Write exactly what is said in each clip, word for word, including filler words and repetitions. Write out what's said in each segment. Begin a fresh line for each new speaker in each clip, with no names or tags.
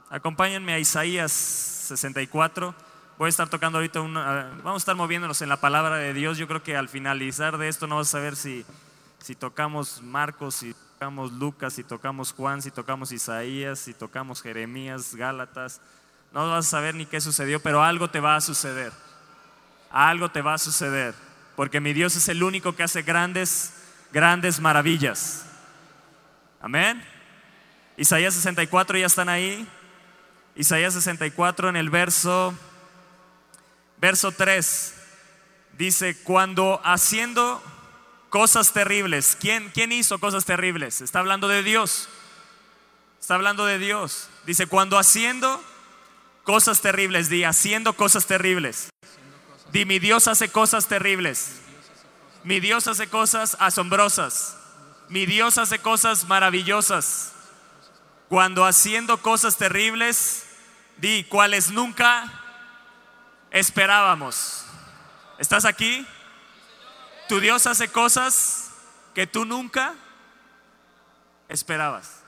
Acompáñenme a Isaías sesenta y cuatro. Voy a estar tocando ahorita una, vamos a estar moviéndonos en la palabra de Dios. Yo creo que al finalizar de esto no vas a saber si, si tocamos Marcos, si tocamos Lucas, si tocamos Juan, si tocamos Isaías, si tocamos Jeremías, Gálatas. No vas a saber ni qué sucedió, pero algo te va a suceder. Algo te va a suceder, porque mi Dios es el único que hace grandes, grandes maravillas. Amén. Isaías sesenta y cuatro, ya están ahí. Isaías sesenta y cuatro en el verso Verso tres dice: cuando haciendo cosas terribles. ¿Quién, ¿Quién hizo cosas terribles? Está hablando de Dios. Está hablando de Dios. Dice: cuando haciendo cosas terribles. Di: haciendo cosas terribles. Di: mi Dios hace cosas terribles. Mi Dios hace cosas asombrosas. Mi Dios hace cosas maravillosas. Cuando haciendo cosas terribles. Di: cuales nunca esperábamos. ¿Estás aquí? Tu Dios hace cosas que tú nunca esperabas.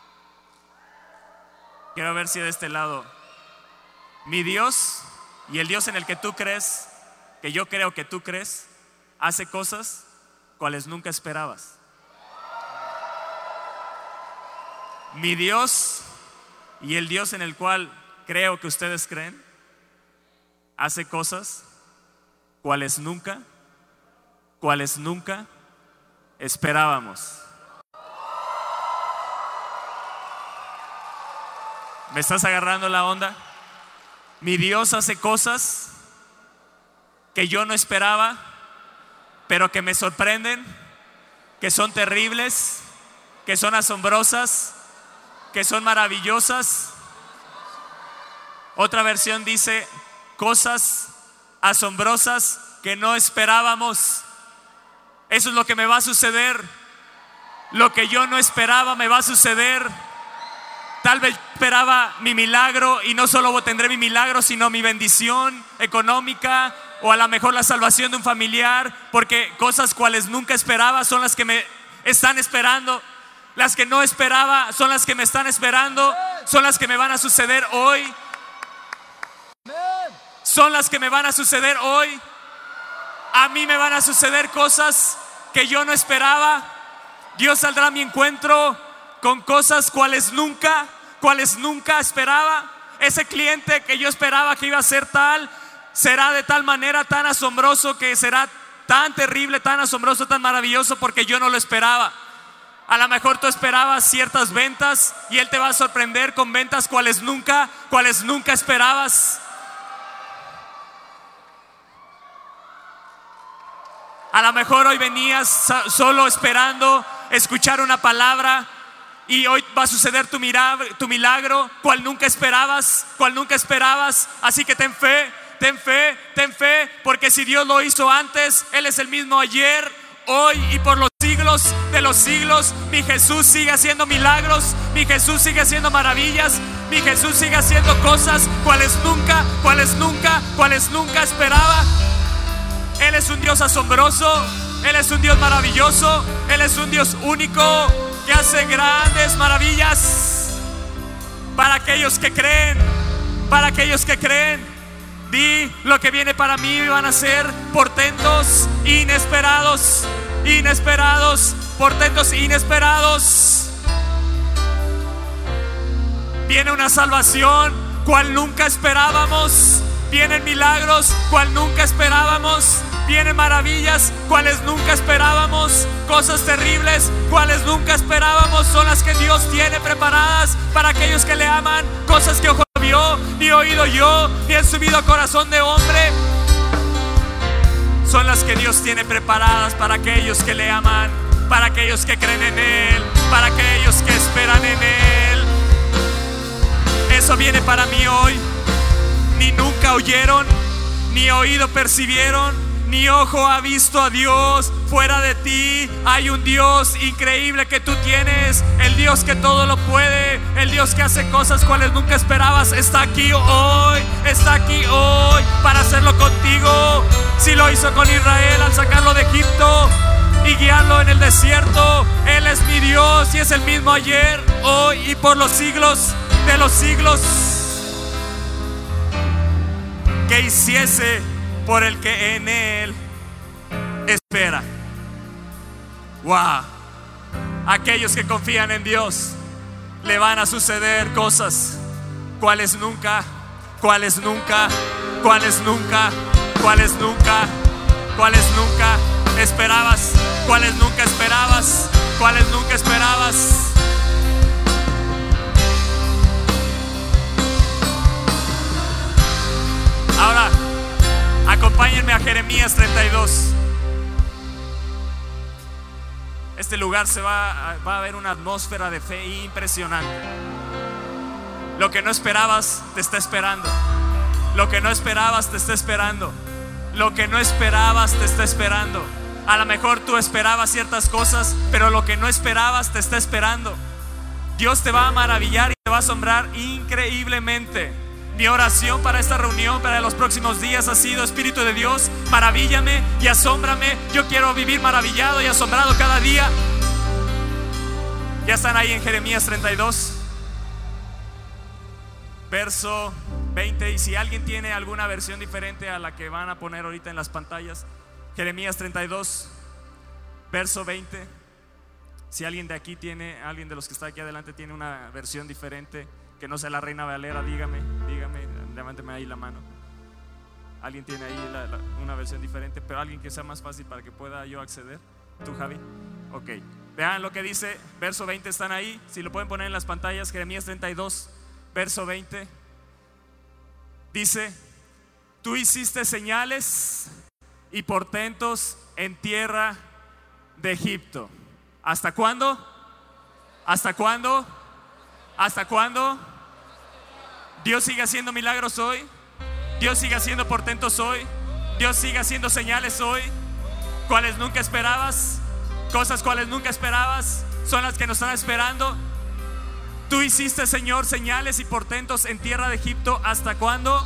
Quiero ver si de este lado, mi Dios y el Dios en el que tú crees, que yo creo que tú crees, hace cosas cuales nunca esperabas. Mi Dios y el Dios en el cual creo que ustedes creen hace cosas cuales nunca, cuales nunca esperábamos. ¿Me estás agarrando la onda? Mi Dios hace cosas que yo no esperaba, pero que me sorprenden, que son terribles, que son asombrosas, que son maravillosas. Otra versión dice: cosas asombrosas que no esperábamos. Eso es lo que me va a suceder. Lo que yo no esperaba me va a suceder. Tal vez esperaba mi milagro y no solo tendré mi milagro, sino mi bendición económica, o a lo mejor la salvación de un familiar, porque cosas cuales nunca esperaba son las que me están esperando. Las que no esperaba son las que me están esperando. Son las que me van a suceder hoy. Son las que me van a suceder hoy. A mí me van a suceder cosas que yo no esperaba. Dios saldrá a mi encuentro con cosas cuales nunca, cuales nunca esperaba. Ese cliente que yo esperaba que iba a ser tal, será de tal manera tan asombroso, que será tan terrible, tan asombroso, tan maravilloso, porque yo no lo esperaba. A lo mejor tú esperabas ciertas ventas y Él te va a sorprender con ventas cuales nunca, cuales nunca esperabas. A lo mejor hoy venías solo esperando escuchar una palabra, y hoy va a suceder tu milagro, tu milagro, cual nunca esperabas, cual nunca esperabas. Así que ten fe, ten fe, ten fe, porque si Dios lo hizo antes, Él es el mismo ayer, hoy y por los siglos de los siglos. Mi Jesús sigue haciendo milagros, mi Jesús sigue haciendo maravillas, mi Jesús sigue haciendo cosas cuales nunca, cuales nunca, cuales nunca esperaba. Él es un Dios asombroso, Él es un Dios maravilloso, Él es un Dios único que hace grandes maravillas para aquellos que creen, para aquellos que creen. Di: lo que viene para mí van a ser portentos inesperados, inesperados, portentos inesperados. Viene una salvación cual nunca esperábamos. Vienen milagros cual nunca esperábamos. Vienen maravillas cuales nunca esperábamos. Cosas terribles cuales nunca esperábamos son las que Dios tiene preparadas para aquellos que le aman. Cosas que ojo no vio, ni oído yo, ni han subido a corazón de hombre, son las que Dios tiene preparadas para aquellos que le aman, para aquellos que creen en Él, para aquellos que esperan en Él. Eso viene para mí hoy. Ni nunca oyeron, ni oído percibieron, ni ojo ha visto a Dios. Fuera de ti hay un Dios increíble que tú tienes. El Dios que todo lo puede, el Dios que hace cosas cuales nunca esperabas. Está aquí hoy, está aquí hoy para hacerlo contigo. Si lo hizo con Israel al sacarlo de Egipto y guiarlo en el desierto, Él es mi Dios y es el mismo ayer, hoy y por los siglos. de los siglos, que hiciese por el que en él espera. Wow. Aquellos que confían en Dios, le van a suceder cosas cuales nunca, cuales nunca, cuales nunca, cuales nunca, cuales nunca esperabas, cuales nunca esperabas, cuales nunca esperabas. Ahora, acompáñenme a Jeremías treinta y dos. Este lugar se va a, va a haber una atmósfera de fe impresionante. Lo que no esperabas te está esperando. Lo que no esperabas te está esperando. Lo que no esperabas te está esperando. A lo mejor tú esperabas ciertas cosas, pero lo que no esperabas te está esperando. Dios te va a maravillar y te va a asombrar increíblemente. Mi oración para esta reunión, para los próximos días, ha sido: Espíritu de Dios, maravíllame y asómbrame. Yo quiero vivir maravillado y asombrado cada día. Ya están ahí en Jeremías treinta y dos, verso veinte. Y si alguien tiene alguna versión diferente a la que van a poner ahorita en las pantallas, Jeremías treinta y dos, verso veinte. Si alguien de aquí tiene, alguien de los que está aquí adelante tiene una versión diferente, que no sea la Reina Valera, dígame, dígame, levánteme ahí la mano. Alguien tiene ahí la, la, una versión diferente, pero alguien que sea más fácil para que pueda yo acceder. ¿Tú, Javi? Ok. Vean lo que dice, verso veinte, están ahí. Si lo pueden poner en las pantallas, Jeremías treinta y dos, verso veinte. Dice: tú hiciste señales y portentos en tierra de Egipto. ¿Hasta cuándo? ¿Hasta cuándo? ¿Hasta cuándo? Dios sigue haciendo milagros hoy. Dios sigue haciendo portentos hoy. Dios sigue haciendo señales hoy, cuales nunca esperabas. Cosas cuales nunca esperabas son las que nos están esperando. Tú hiciste, Señor, señales y portentos en tierra de Egipto. ¿Hasta cuándo?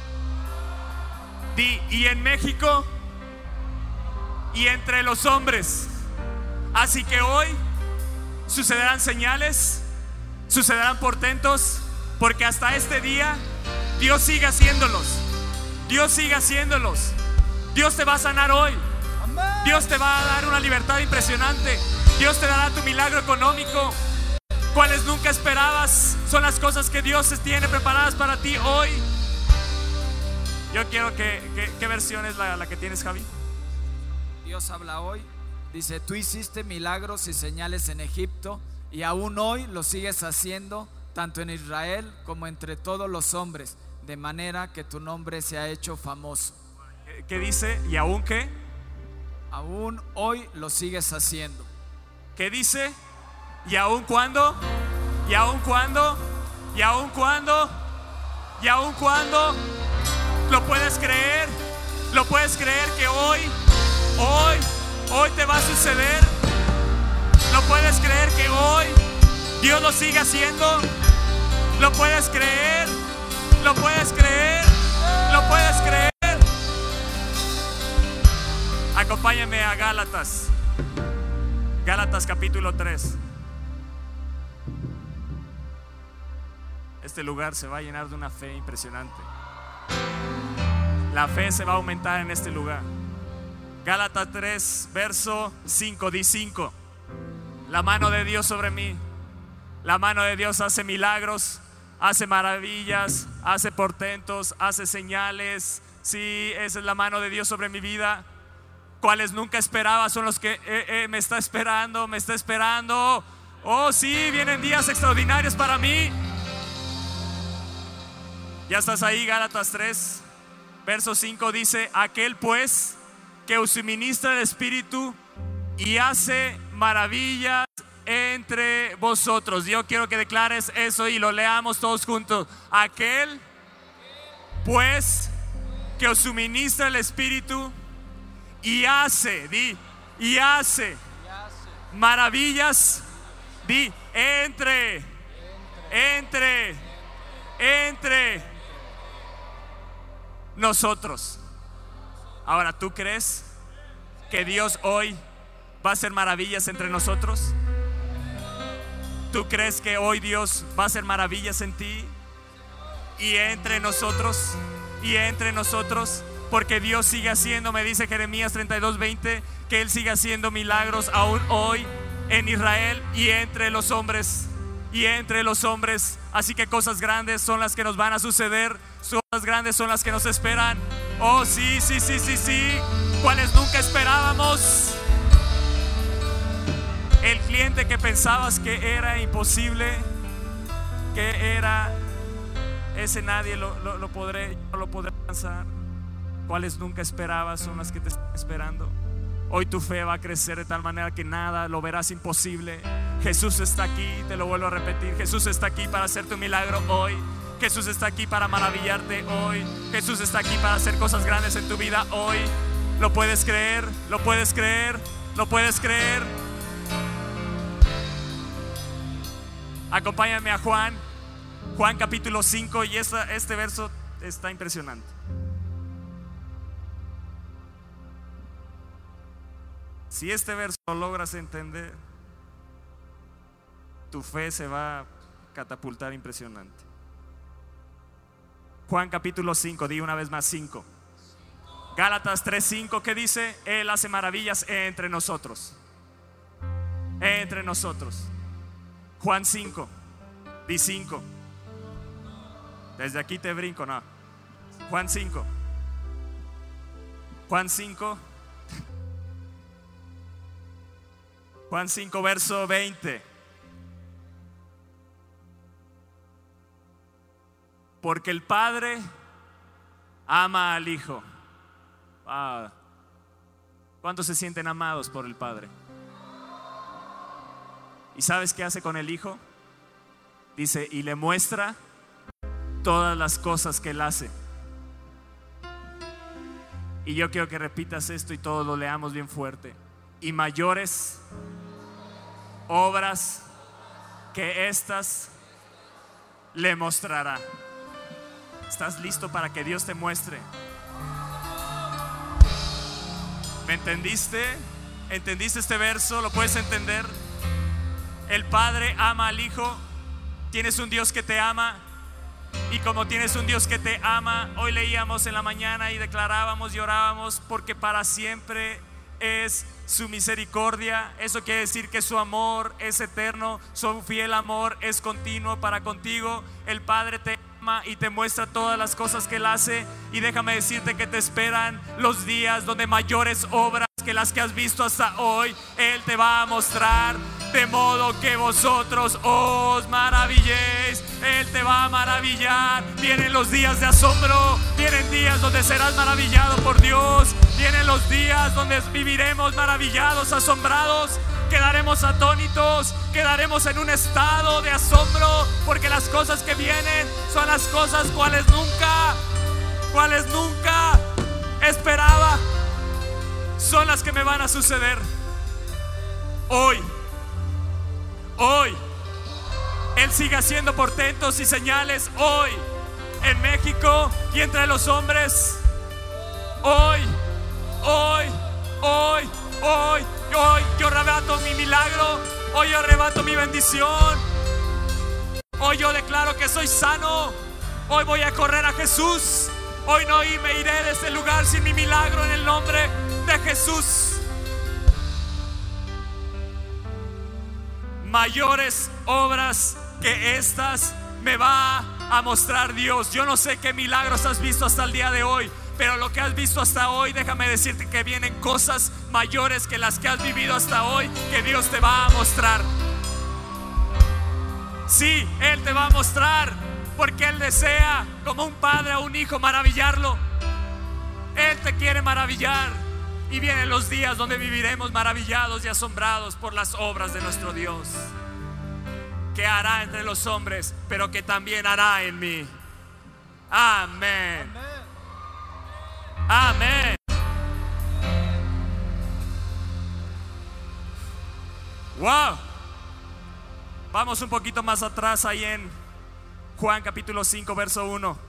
Di: y en México y entre los hombres. Así que hoy sucederán señales, sucederán portentos, porque hasta este día Dios sigue haciéndolos. Dios sigue haciéndolos. Dios te va a sanar hoy. Dios te va a dar una libertad impresionante. Dios te dará tu milagro económico, cuales nunca esperabas. Son las cosas que Dios tiene preparadas para ti hoy. Yo quiero que, que ¿qué versión es la, la que tienes, Javi?
Dios habla hoy. Dice: tú hiciste milagros y señales en Egipto, y aún hoy lo sigues haciendo, tanto en Israel como entre todos los hombres, de manera que tu nombre se ha hecho famoso.
¿Qué dice? ¿Y aún qué?
Aún hoy lo sigues haciendo.
¿Qué dice? ¿Y aún cuándo? ¿Y aún cuándo? ¿Y aún cuándo? ¿Y aún cuándo? ¿Lo puedes creer? ¿Lo puedes creer que hoy, hoy, hoy te va a suceder? ¿Lo puedes creer que hoy Dios lo sigue haciendo? ¿Lo puedes creer? ¿Lo puedes creer? ¿Lo puedes creer? Acompáñame a Gálatas. Gálatas capítulo tres. Este lugar se va a llenar de una fe impresionante. La fe se va a aumentar en este lugar. Gálatas tres, verso cinco, di cinco. La mano de Dios sobre mí. La mano de Dios hace milagros, hace maravillas, hace portentos, hace señales. Sí, esa es la mano de Dios sobre mi vida. Cuales nunca esperaba son los que eh, eh, me está esperando, me está esperando. Oh, sí, vienen días extraordinarios para mí. Ya estás ahí, Gálatas tres, verso cinco dice: aquel pues que os suministra el Espíritu y hace maravillas entre vosotros. Yo quiero que declares eso y lo leamos todos juntos. Aquel pues que os suministra el Espíritu y hace, di, y hace maravillas, di, entre, entre, entre nosotros. Ahora, ¿tú crees que Dios hoy va a hacer maravillas entre nosotros? ¿Tú crees que hoy Dios va a hacer maravillas en ti y entre nosotros? Y entre nosotros, porque Dios sigue haciendo, me dice Jeremías treinta y dos veinte, que Él sigue haciendo milagros aún hoy en Israel y entre los hombres. Y entre los hombres. Así que cosas grandes son las que nos van a suceder. Cosas grandes son las que nos esperan. Oh, sí, sí, sí, sí, sí. Cuales nunca esperábamos. El cliente que pensabas que era imposible, que era ese nadie lo, lo, lo podré, no lo podré alcanzar. Cuales nunca esperabas son las que te están esperando. Hoy tu fe va a crecer de tal manera que nada lo verás imposible. Jesús está aquí, te lo vuelvo a repetir. Jesús está aquí para hacerte un milagro hoy. Jesús está aquí para maravillarte hoy. Jesús está aquí para hacer cosas grandes en tu vida hoy. ¿Lo puedes creer? ¿Lo puedes creer? ¿Lo puedes creer? Acompáñame a Juan, Juan capítulo cinco, y esta, este verso está impresionante. Si este verso lo logras entender, tu fe se va a catapultar impresionante. Juan capítulo cinco, di una vez más cinco. Gálatas tres cinco, ¿qué dice? Él hace maravillas entre nosotros. Entre nosotros. Juan cinco, di cinco. Desde aquí te brinco, no. Juan cinco. Juan cinco. Juan cinco, verso veinte. Porque el Padre ama al Hijo. Ah, ¿cuántos se sienten amados por el Padre? ¿Y sabes qué hace con el Hijo? Dice, y le muestra todas las cosas que Él hace. Y yo quiero que repitas esto y todos lo leamos bien fuerte. Y mayores obras que estas le mostrará. ¿Estás listo para que Dios te muestre? ¿Me entendiste? ¿Entendiste este verso? ¿Lo puedes entender? El Padre ama al Hijo. Tienes un Dios que te ama. Y como tienes un Dios que te ama, hoy leíamos en la mañana y declarábamos y orábamos porque para siempre es su misericordia. Eso quiere decir que su amor es eterno, su fiel amor es continuo para contigo. El Padre te ama y te muestra todas las cosas que Él hace. Y déjame decirte que te esperan los días donde mayores obras que las que has visto hasta hoy Él te va a mostrar, de modo que vosotros os maravilléis. Él te va a maravillar. Vienen los días de asombro, vienen días donde serás maravillado por Dios. Vienen los días donde viviremos maravillados, asombrados. Quedaremos atónitos, quedaremos en un estado de asombro, porque las cosas que vienen son las cosas cuales nunca, cuales nunca esperaba. Son las que me van a suceder hoy. Hoy Él sigue haciendo portentos y señales hoy en México y entre los hombres. Hoy, hoy, hoy, hoy, hoy yo arrebato mi milagro. Hoy yo arrebato mi bendición. Hoy yo declaro que soy sano. Hoy voy a correr a Jesús. Hoy no me iré de este lugar sin mi milagro en el nombre de Jesús. Mayores obras que estas me va a mostrar Dios. Yo no sé qué milagros has visto hasta el día de hoy, pero lo que has visto hasta hoy, déjame decirte que vienen cosas mayores que las que has vivido hasta hoy, que Dios te va a mostrar. Sí, Él te va a mostrar, porque Él desea, como un padre a un hijo, maravillarlo. Él te quiere maravillar. Y vienen los días donde viviremos maravillados y asombrados por las obras de nuestro Dios, que hará entre los hombres, pero que también hará en mí. Amén. Amén. Wow. Vamos un poquito más atrás, ahí en Juan capítulo cinco, verso uno.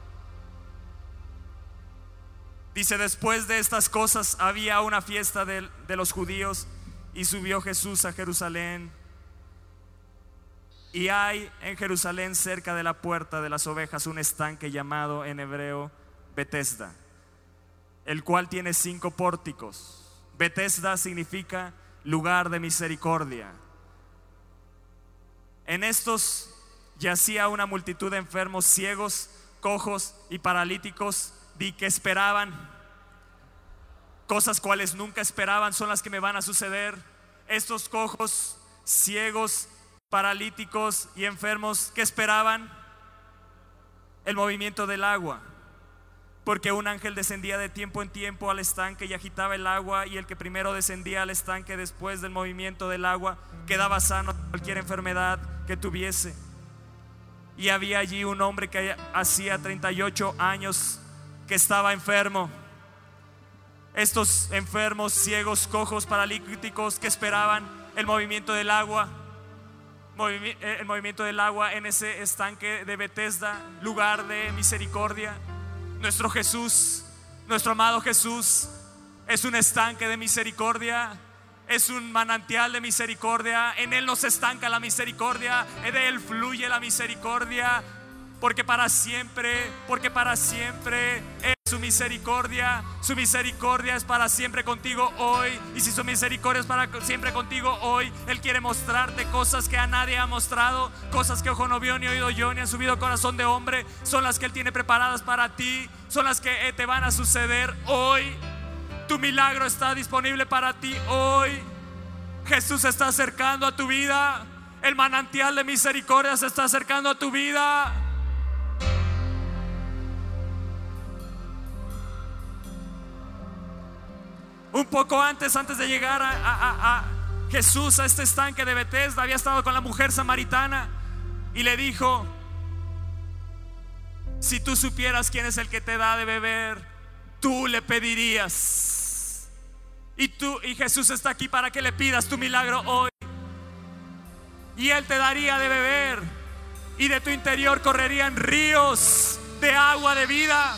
Dice, después de estas cosas había una fiesta de, de los judíos, y subió Jesús a Jerusalén. Y hay en Jerusalén, cerca de la puerta de las ovejas, un estanque llamado en hebreo Betesda, el cual tiene cinco pórticos. Betesda significa lugar de misericordia. En estos yacía una multitud de enfermos, ciegos, cojos y paralíticos, y que esperaban cosas cuales nunca esperaban, son las que me van a suceder. Estos cojos, ciegos, paralíticos y enfermos, que esperaban el movimiento del agua, porque un ángel descendía de tiempo en tiempo al estanque y agitaba el agua, y el que primero descendía al estanque después del movimiento del agua quedaba sano de cualquier enfermedad que tuviese. Y había allí un hombre que hacía treinta y ocho años que estaba enfermo. Estos enfermos, ciegos, cojos, paralíticos, que esperaban el movimiento del agua, el movimiento del agua en ese estanque de Betesda, lugar de misericordia. Nuestro Jesús, nuestro amado Jesús, es un estanque de misericordia, es un manantial de misericordia. En Él nos estanca la misericordia, de Él fluye la misericordia, porque para siempre, porque para siempre es su misericordia. Su misericordia es para siempre contigo hoy. Y si su misericordia es para siempre contigo hoy, Él quiere mostrarte cosas que a nadie ha mostrado, cosas que ojo no vio, ni oído yo, ni han subido corazón de hombre. Son las que Él tiene preparadas para ti, son las que te van a suceder hoy. Tu milagro está disponible para ti hoy. Jesús se está acercando a tu vida. El manantial de misericordia se está acercando a tu vida. Un poco antes, antes de llegar a, a, a Jesús a este estanque de Betesda, había estado con la mujer samaritana y le dijo: si tú supieras quién es el que te da de beber, tú le pedirías. Y tú, y Jesús está aquí para que le pidas tu milagro hoy, y Él te daría de beber, y de tu interior correrían ríos de agua de vida.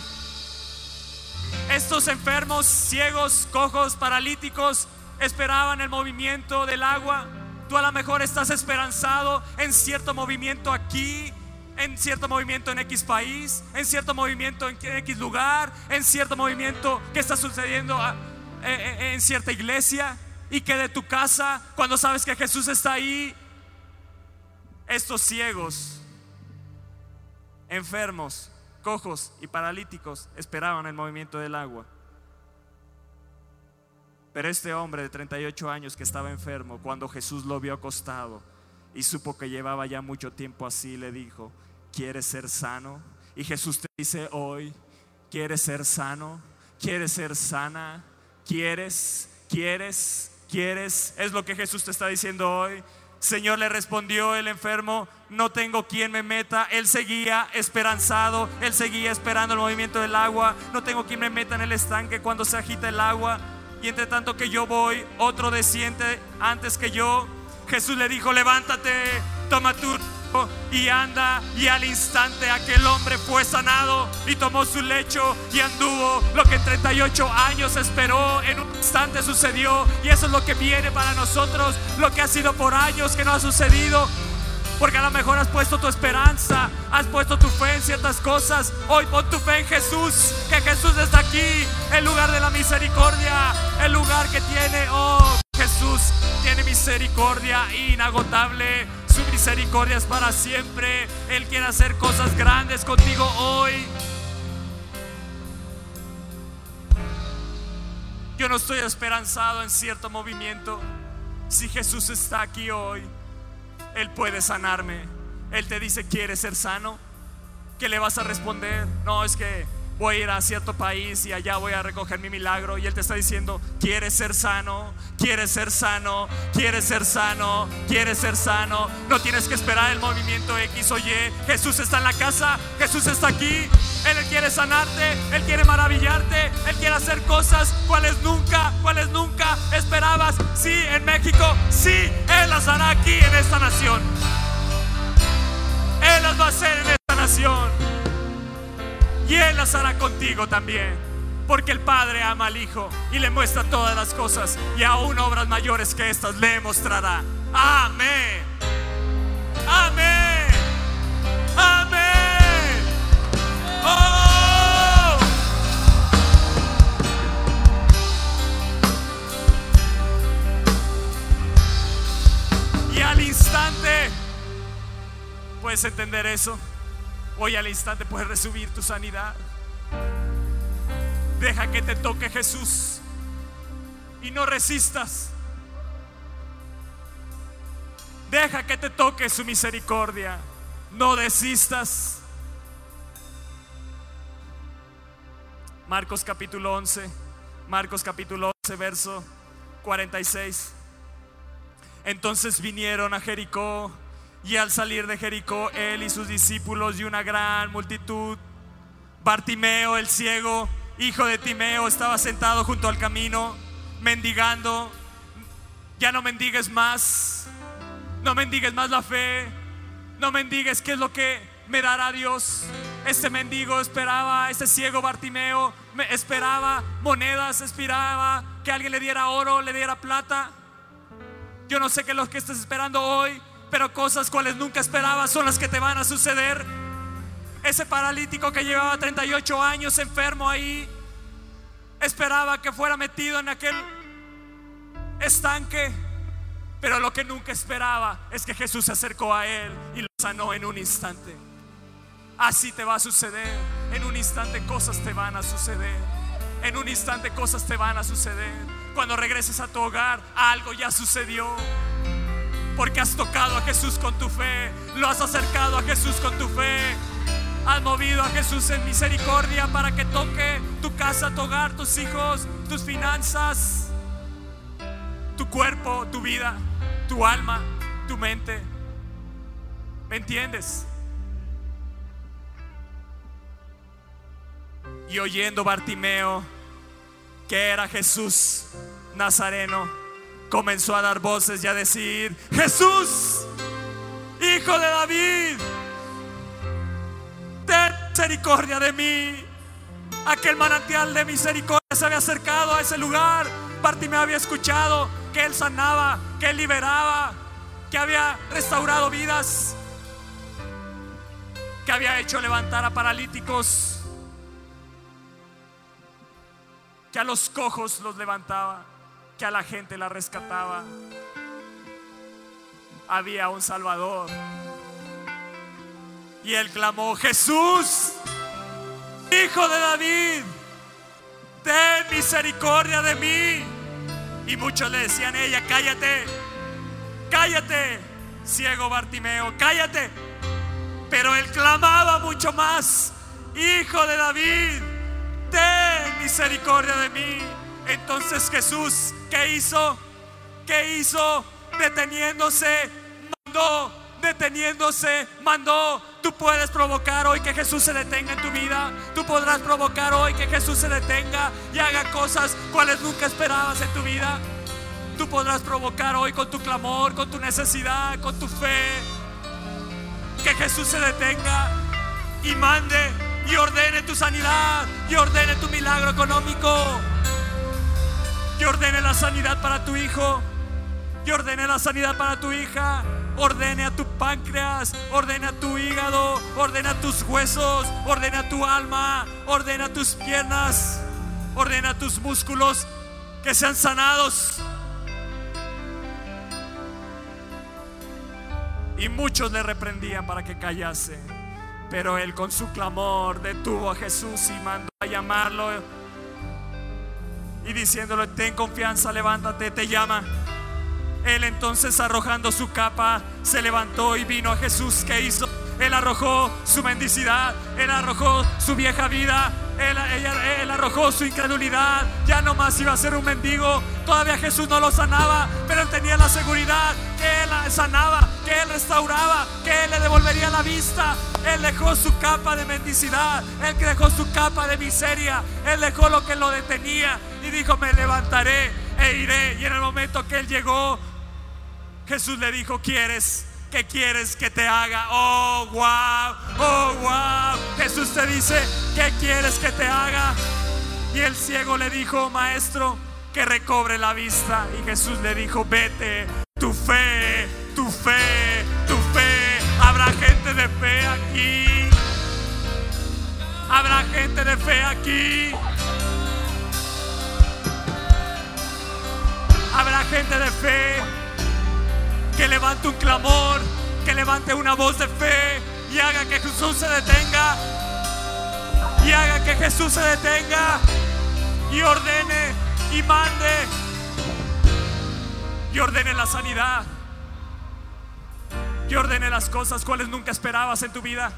Estos enfermos, ciegos, cojos, paralíticos esperaban el movimiento del agua. Tú a lo mejor estás esperanzado en cierto movimiento aquí, en cierto movimiento en X país, en cierto movimiento en X lugar, en cierto movimiento que está sucediendo en cierta iglesia, y que de tu casa, cuando sabes que Jesús está ahí, estos ciegos, enfermos, cojos y paralíticos esperaban el movimiento del agua. Pero este hombre de treinta y ocho años que estaba enfermo, cuando Jesús lo vio acostado y supo que llevaba ya mucho tiempo así, le dijo: ¿quieres ser sano? Y Jesús te dice hoy: ¿quieres ser sano? ¿Quieres ser sana? ¿Quieres? ¿Quieres? ¿Quieres? Es lo que Jesús te está diciendo hoy. Señor, le respondió el enfermo: no tengo quien me meta. Él seguía esperanzado, él seguía esperando el movimiento del agua. No tengo quien me meta en el estanque cuando se agita el agua, y entre tanto que yo voy, otro desciende antes que yo. Jesús le dijo: levántate, toma tu y anda. Y al instante aquel hombre fue sanado y tomó su lecho y anduvo. Lo que en treinta y ocho años esperó, en un instante sucedió. Y eso es lo que viene para nosotros, lo que ha sido por años que no ha sucedido, porque a lo mejor has puesto tu esperanza, has puesto tu fe en ciertas cosas. Hoy pon tu fe en Jesús, que Jesús está aquí, el lugar de la misericordia, el lugar que tiene, oh, Jesús tiene misericordia inagotable. Su misericordia es para siempre. Él quiere hacer cosas grandes contigo hoy. Yo no estoy esperanzado en cierto movimiento. Si Jesús está aquí hoy, Él puede sanarme. Él te dice: ¿quieres ser sano? ¿Qué le vas a responder? No, es que voy a ir a cierto país y allá voy a recoger mi milagro. Y Él te está diciendo: ¿quieres ser sano? ¿Quieres ser sano? ¿Quieres ser sano? ¿Quieres ser sano? No tienes que esperar el movimiento X o Y. Jesús está en la casa, Jesús está aquí. Él quiere sanarte, Él quiere maravillarte, Él quiere hacer cosas cuales nunca, cuales nunca esperabas. Sí, en México, sí, Él las hará aquí en esta nación. Él las va a hacer en esta nación, y Él las hará contigo también, porque el Padre ama al Hijo y le muestra todas las cosas, y aún obras mayores que estas le mostrará. Amén. Amén. Amén. Oh. Y al instante puedes entender eso. Hoy al instante puedes recibir tu sanidad. Deja que te toque Jesús y no resistas. Deja que te toque su misericordia. No desistas. Marcos capítulo once. Marcos capítulo once, verso cuarenta y seis. Entonces vinieron a Jericó, y al salir de Jericó, él y sus discípulos y una gran multitud, Bartimeo el ciego, hijo de Timeo, estaba sentado junto al camino, mendigando. Ya no mendigues más. No mendigues más la fe. No mendigues qué es lo que me dará Dios. Este mendigo esperaba, este ciego Bartimeo esperaba monedas, esperaba que alguien le diera oro, le diera plata. Yo no sé qué es lo que estás esperando hoy, pero cosas cuales nunca esperabas son las que te van a suceder. Ese paralítico que llevaba treinta y ocho años enfermo ahí, esperaba que fuera metido en aquel estanque, pero lo que nunca esperaba es que Jesús se acercó a él y lo sanó en un instante. Así te va a suceder. En un instante cosas te van a suceder. En un instante cosas te van a suceder. Cuando regreses a tu hogar, algo ya sucedió, porque has tocado a Jesús con tu fe. Lo has acercado a Jesús con tu fe. Has movido a Jesús en misericordia para que toque tu casa, tu hogar, tus hijos, tus finanzas, tu cuerpo, tu vida, tu alma, tu mente. ¿Me entiendes? Y oyendo Bartimeo que era Jesús Nazareno, comenzó a dar voces y a decir: Jesús, hijo de David, ten misericordia de mí. Aquel manantial de misericordia se había acercado a ese lugar. Bartimeo había escuchado que él sanaba, que él liberaba, que había restaurado vidas, que había hecho levantar a paralíticos, que a los cojos los levantaba, que a la gente la rescataba. Había un Salvador. Y él clamó: Jesús, hijo de David, ten misericordia de mí. Y muchos le decían a ella: cállate, cállate, ciego Bartimeo, cállate. Pero él clamaba mucho más: Hijo de David, ten misericordia de mí. Entonces Jesús, ¿qué hizo? ¿Qué hizo? Deteniéndose, mandó. Deteniéndose, mandó. Tú puedes provocar hoy que Jesús se detenga en tu vida. Tú podrás provocar hoy que Jesús se detenga y haga cosas cuales nunca esperabas en tu vida. Tú podrás provocar hoy con tu clamor, con tu necesidad, con tu fe, que Jesús se detenga y mande y ordene tu sanidad, y ordene tu milagro económico, y ordene la sanidad para tu hijo, y ordene la sanidad para tu hija. Ordene a tu páncreas, ordena a tu hígado, ordena tus huesos, ordena tu alma, ordena tus piernas, ordena tus músculos que sean sanados. Y muchos le reprendían para que callase, pero él con su clamor detuvo a Jesús y mandó a llamarlo y diciéndole: ten confianza, levántate, te llama. Él entonces, arrojando su capa, se levantó y vino a Jesús. ¿Qué hizo? Él arrojó su mendicidad, él arrojó su vieja vida, él, ella, él arrojó su incredulidad. Ya no más iba a ser un mendigo. Todavía Jesús no lo sanaba, pero él tenía la seguridad que él sanaba, que él restauraba, que él le devolvería la vista. Él dejó su capa de mendicidad, él dejó su capa de miseria, él dejó lo que lo detenía y dijo: me levantaré e iré. Y en el momento que él llegó, Jesús le dijo: ¿quieres? ¿Qué quieres que te haga? Oh, wow, oh, wow. Jesús te dice: ¿qué quieres que te haga? Y el ciego le dijo: maestro, que recobre la vista. Y Jesús le dijo: vete, tu fe, tu fe, tu fe gente de fe aquí. Habrá gente de fe aquí. Habrá gente de fe que levante un clamor, que levante una voz de fe y haga que Jesús se detenga. Y haga que Jesús se detenga y ordene y mande y ordene la sanidad, y ordene las cosas cuales nunca esperabas en tu vida.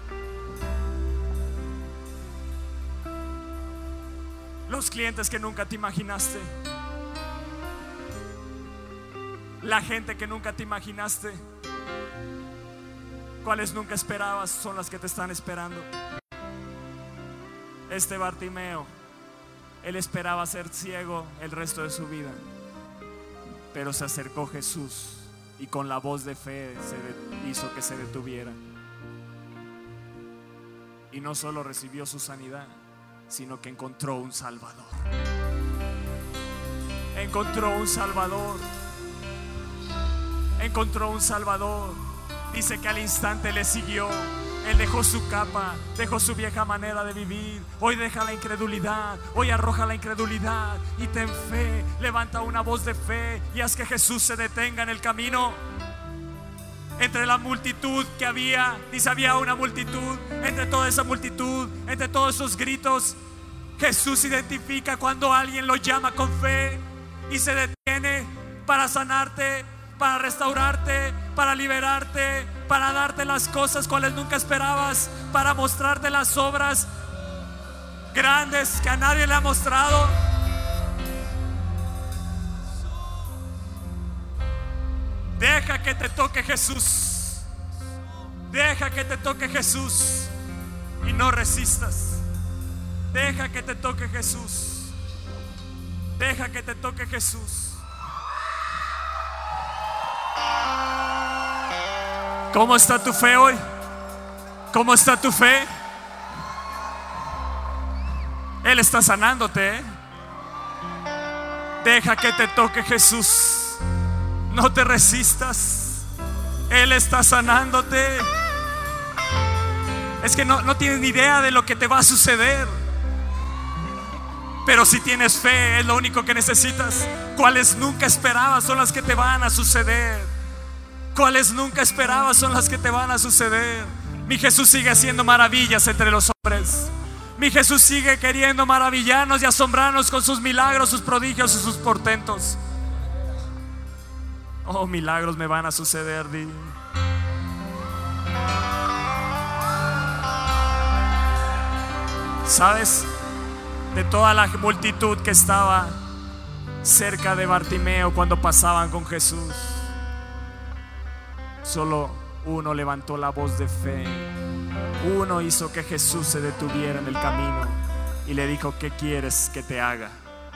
Los clientes que nunca te imaginaste, la gente que nunca te imaginaste, cuales nunca esperabas, son las que te están esperando. Este Bartimeo, él esperaba ser ciego el resto de su vida, pero se acercó Jesús y con la voz de fe se hizo que se detuviera. Y no solo recibió su sanidad, sino que encontró un Salvador. Encontró un Salvador. Encontró un Salvador. Dice que al instante le siguió. Él dejó su capa, dejó su vieja manera de vivir. Hoy deja la incredulidad, hoy arroja la incredulidad y ten fe. Levanta una voz de fe y haz que Jesús se detenga en el camino. Entre la multitud que había, dice había una multitud. Entre toda esa multitud, entre todos esos gritos, Jesús identifica cuando alguien lo llama con fe y se detiene para sanarte, para restaurarte, para liberarte, para darte las cosas cuales nunca esperabas, para mostrarte las obras grandes que a nadie le ha mostrado. Deja que te toque Jesús. Deja que te toque Jesús y no resistas. Deja que te toque Jesús. Deja que te toque Jesús. ¿Cómo está tu fe hoy? ¿Cómo está tu fe? Él está sanándote, ¿eh? Deja que te toque Jesús. No te resistas. Él está sanándote. Es que no, no tienes ni idea de lo que te va a suceder, pero si tienes fe, es lo único que necesitas. Cuales nunca esperabas son las que te van a suceder. Cuales nunca esperabas son las que te van a suceder. Mi Jesús sigue haciendo maravillas entre los hombres. Mi Jesús sigue queriendo maravillarnos y asombrarnos con sus milagros, sus prodigios y sus portentos. Oh, milagros me van a suceder, di. ¿Sabes? De toda la multitud que estaba cerca de Bartimeo cuando pasaban con Jesús, solo uno levantó la voz de fe. Uno hizo que Jesús se detuviera en el camino y le dijo: ¿qué quieres que te haga?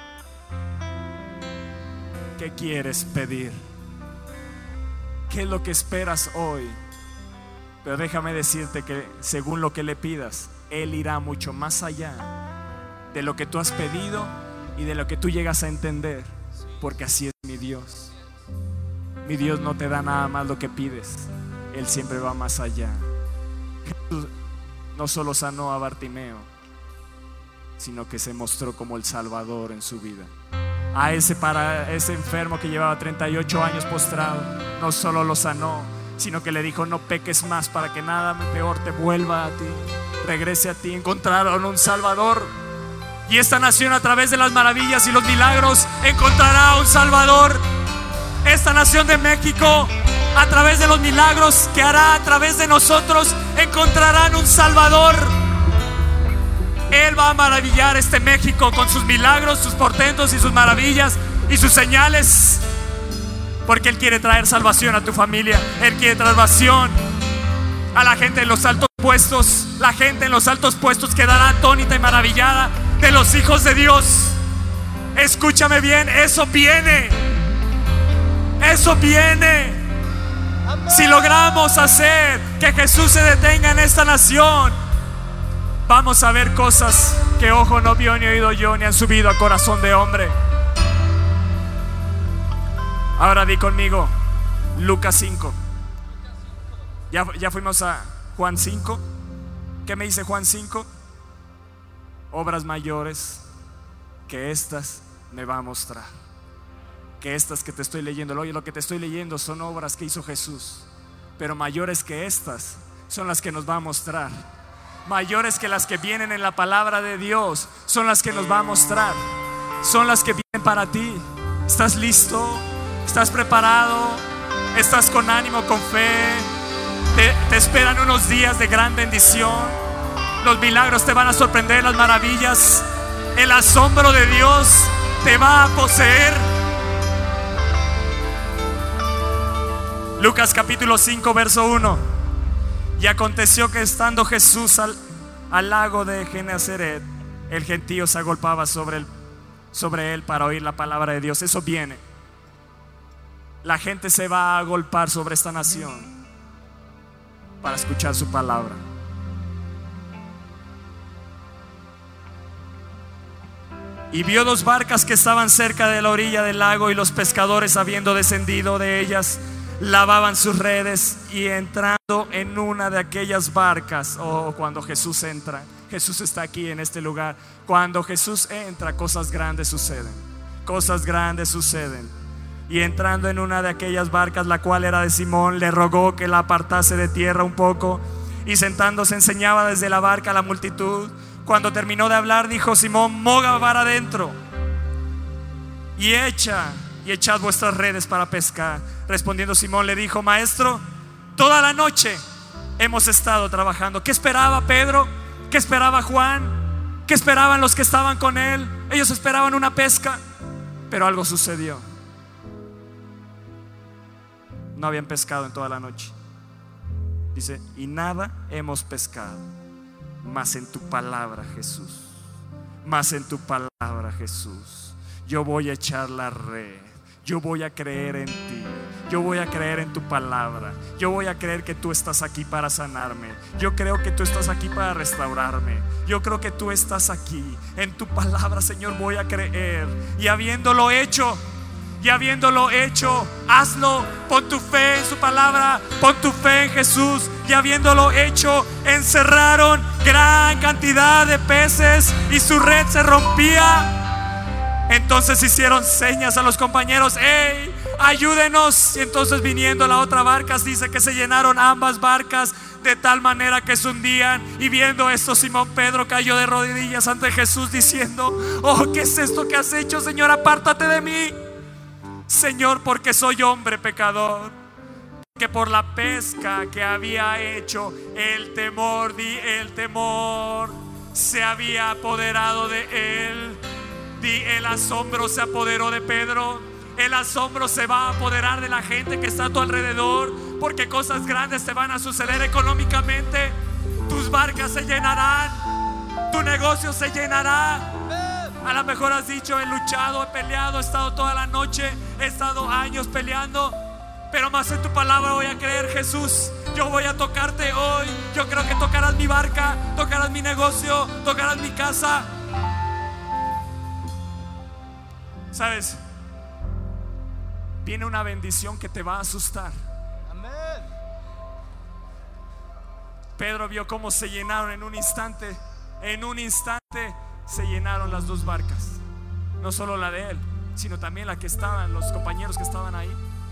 ¿Qué quieres pedir? ¿Qué es lo que esperas hoy? Pero déjame decirte que según lo que le pidas, Él irá mucho más allá de lo que tú has pedido y de lo que tú llegas a entender, porque así es mi Dios. Mi Dios no te da nada más lo que pides. Él siempre va más allá. Jesús no solo sanó a Bartimeo, sino que se mostró como el Salvador en su vida. A ese, para, ese enfermo que llevaba treinta y ocho años postrado, no solo lo sanó, sino que le dijo: no peques más para que nada peor te vuelva a ti, regrese a ti. Encontraron un Salvador. Y esta nación, a través de las maravillas y los milagros, encontrará un Salvador. Esta nación de México, a través de los milagros que hará a través de nosotros, encontrarán un Salvador. Él va a maravillar este México con sus milagros, sus portentos y sus maravillas y sus señales, porque Él quiere traer salvación a tu familia. Él quiere traer salvación a la gente en los altos puestos. La gente en los altos puestos quedará atónita y maravillada de los hijos de Dios. Escúchame bien, eso viene. Eso viene. Si logramos hacer que Jesús se detenga en esta nación, vamos a ver cosas que ojo no vio, ni oído yo, ni han subido a corazón de hombre. Ahora di conmigo Lucas cinco. Ya, ya fuimos a Juan cinco. ¿Qué me dice Juan cinco? Obras mayores que estas me va a mostrar. Que estas que te estoy leyendo, oye, lo que te estoy leyendo son obras que hizo Jesús, pero mayores que estas son las que nos va a mostrar. Mayores que las que vienen en la palabra de Dios son las que nos va a mostrar. Son las que vienen para ti. ¿Estás listo? ¿Estás preparado? ¿Estás con ánimo, con fe? Te, te esperan unos días de gran bendición. Los milagros te van a sorprender, las maravillas. El asombro de Dios te va a poseer. Lucas capítulo cinco verso uno. Y aconteció que estando Jesús al, al lago de Genesaret, el gentío se agolpaba sobre él, sobre él para oír la palabra de Dios. Eso viene. La gente se va a agolpar sobre esta nación para escuchar su palabra. Y vio dos barcas que estaban cerca de la orilla del lago, y los pescadores, habiendo descendido de ellas, lavaban sus redes. Y entrando en una de aquellas barcas, oh, cuando Jesús entra, Jesús está aquí en este lugar. Cuando Jesús entra, cosas grandes suceden. Cosas grandes suceden. Y entrando en una de aquellas barcas, la cual era de Simón, le rogó que la apartase de tierra un poco, y sentándose enseñaba desde la barca a la multitud. Cuando terminó de hablar, dijo Simón: moga para adentro y echa y echad vuestras redes para pescar. Respondiendo Simón le dijo: Maestro, toda la noche hemos estado trabajando. ¿Qué esperaba Pedro? ¿Qué esperaba Juan? ¿Qué esperaban los que estaban con él? Ellos esperaban una pesca, pero algo sucedió. No habían pescado en toda la noche. Dice: y nada hemos pescado, mas en tu palabra, Jesús, mas en tu palabra, Jesús, yo voy a echar la red. Yo voy a creer en ti. Yo voy a creer en tu palabra. Yo voy a creer que tú estás aquí para sanarme. Yo creo que tú estás aquí para restaurarme. Yo creo que tú estás aquí. En tu palabra, Señor, voy a creer. Y habiéndolo hecho, y habiéndolo hecho, hazlo. Pon tu fe en su palabra. Pon tu fe en Jesús. Y habiéndolo hecho, encerraron gran cantidad de peces y su red se rompía. Entonces hicieron señas a los compañeros: ¡hey, ayúdenos! Y entonces, viniendo la otra barca, dice que se llenaron ambas barcas de tal manera que se hundían. Y viendo esto, Simón Pedro cayó de rodillas ante Jesús diciendo: oh, ¿qué es esto que has hecho, Señor? Apártate de mí, Señor, porque soy hombre pecador. Que por la pesca que había hecho, el temor, di el temor, se había apoderado de él. Di, el asombro se apoderó de Pedro. El asombro se va a apoderar de la gente que está a tu alrededor, porque cosas grandes te van a suceder económicamente. Tus barcas se llenarán, tu negocio se llenará. A lo mejor has dicho: he luchado, he peleado, he estado toda la noche, he estado años peleando, pero más en tu palabra voy a creer, Jesús. Yo voy a tocarte hoy. Yo creo que tocarás mi barca, tocarás mi negocio, tocarás mi casa. ¿Sabes? Viene una bendición que te va a asustar. Amén. Pedro vio cómo se llenaron en un instante. En un instante se llenaron las dos barcas. No solo la de él, sino también la que estaban, los compañeros que estaban ahí.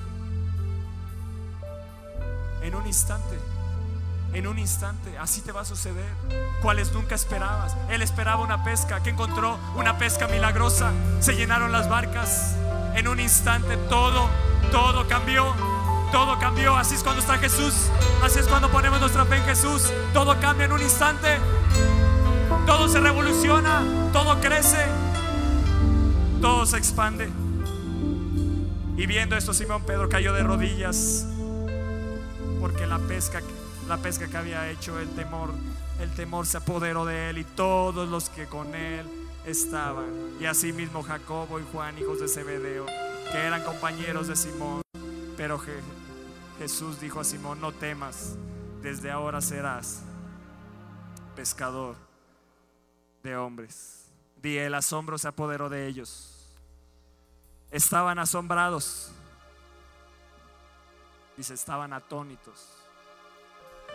En un instante. En un instante, así te va a suceder. Cuales nunca esperabas. Él esperaba una pesca, que encontró una pesca milagrosa. Se llenaron las barcas. En un instante todo, todo cambió. Todo cambió. Así es cuando está Jesús. Así es cuando ponemos nuestra fe en Jesús. Todo cambia en un instante. Todo se revoluciona. Todo crece. Todo se expande. Y viendo esto, Simón Pedro cayó de rodillas, porque la pesca La pesca que había hecho, el temor, el temor se apoderó de él y todos los que con él estaban. Y asimismo Jacobo y Juan, hijos de Zebedeo, que eran compañeros de Simón. Pero Je- Jesús dijo a Simón: no temas, desde ahora serás pescador de hombres. Di, el asombro se apoderó de ellos. Estaban asombrados. Dice, estaban atónitos.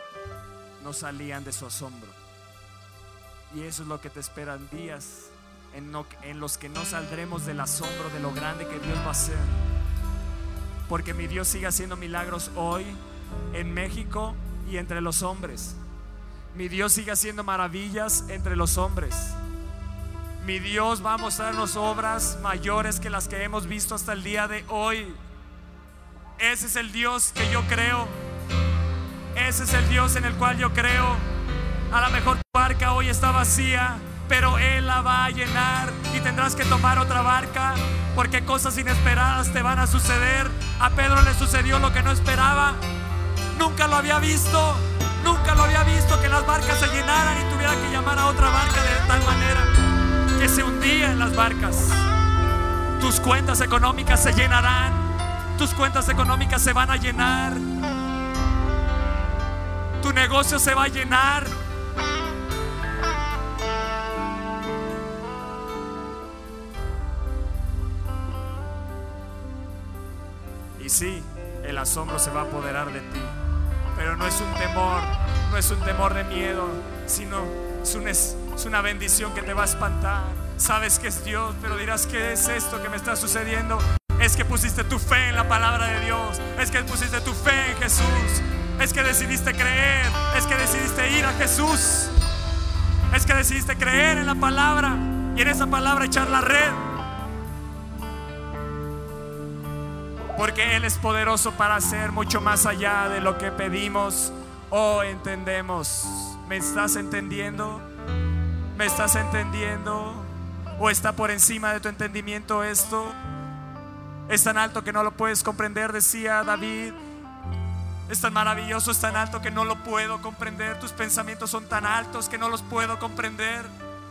no salían de su asombro. Y eso es lo que te esperan, días en, no, en los que no saldremos del asombro de lo grande que Dios va a hacer. Porque mi Dios sigue haciendo milagros hoy en México y entre los hombres. Mi Dios sigue haciendo maravillas entre los hombres. Mi Dios va a mostrarnos obras mayores que las que hemos visto hasta el día de hoy. Ese es el Dios que yo creo. Ese es el Dios en el cual yo creo. A lo mejor tu barca hoy está vacía, pero Él la va a llenar y tendrás que tomar otra barca, porque cosas inesperadas te van a suceder. A Pedro le sucedió lo que no esperaba. Nunca lo había visto. Nunca lo había visto, que las barcas se llenaran y tuviera que llamar a otra barca de tal manera que se hundía en las barcas. Tus cuentas económicas se llenarán. Tus cuentas económicas se van a llenar. Tu negocio se va a llenar. Y sí, el asombro se va a apoderar de ti, pero no es un temor, no es un temor de miedo, sino es, un, es, es una bendición que te va a espantar. Sabes que es Dios, pero dirás: ¿qué es esto que me está sucediendo? Es que pusiste tu fe en la palabra de Dios. Es que pusiste tu fe en Jesús. Es que decidiste creer. Es que decidiste ir a Jesús. Es que decidiste creer en la palabra y en esa palabra echar la red. Porque Él es poderoso para hacer mucho más allá de lo que pedimos o entendemos. ¿Me estás entendiendo? ¿Me estás entendiendo? ¿O está por encima de tu entendimiento esto? Es tan alto que no lo puedes comprender, decía David. Es tan maravilloso, es tan alto que no lo puedo comprender. Tus pensamientos son tan altos que no los puedo comprender.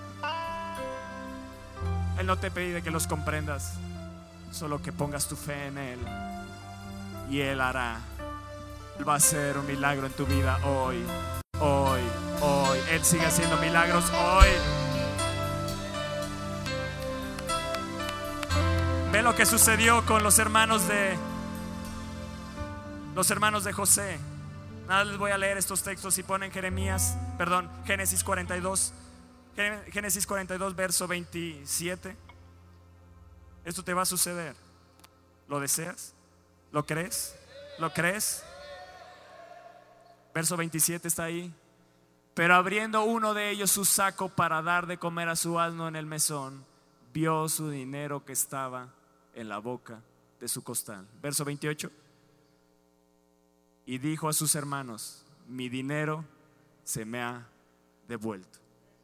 Él no te pide que los comprendas, solo que pongas tu fe en Él, y Él hará. Él va a hacer un milagro en tu vida hoy, hoy, hoy. Él sigue haciendo milagros hoy. Ve lo que sucedió con los hermanos de Los hermanos de José. Nada, les voy a leer estos textos. Si ponen Jeremías, perdón, Génesis cuarenta y dos, Génesis cuarenta y dos, verso veintisiete. Esto te va a suceder. ¿Lo deseas? ¿Lo crees? ¿Lo crees? Verso veintisiete está ahí. Pero abriendo uno de ellos su saco para dar de comer a su asno en el mesón, vio su dinero que estaba en la boca de su costal. Verso veintiocho. Y dijo a sus hermanos: mi dinero se me ha devuelto.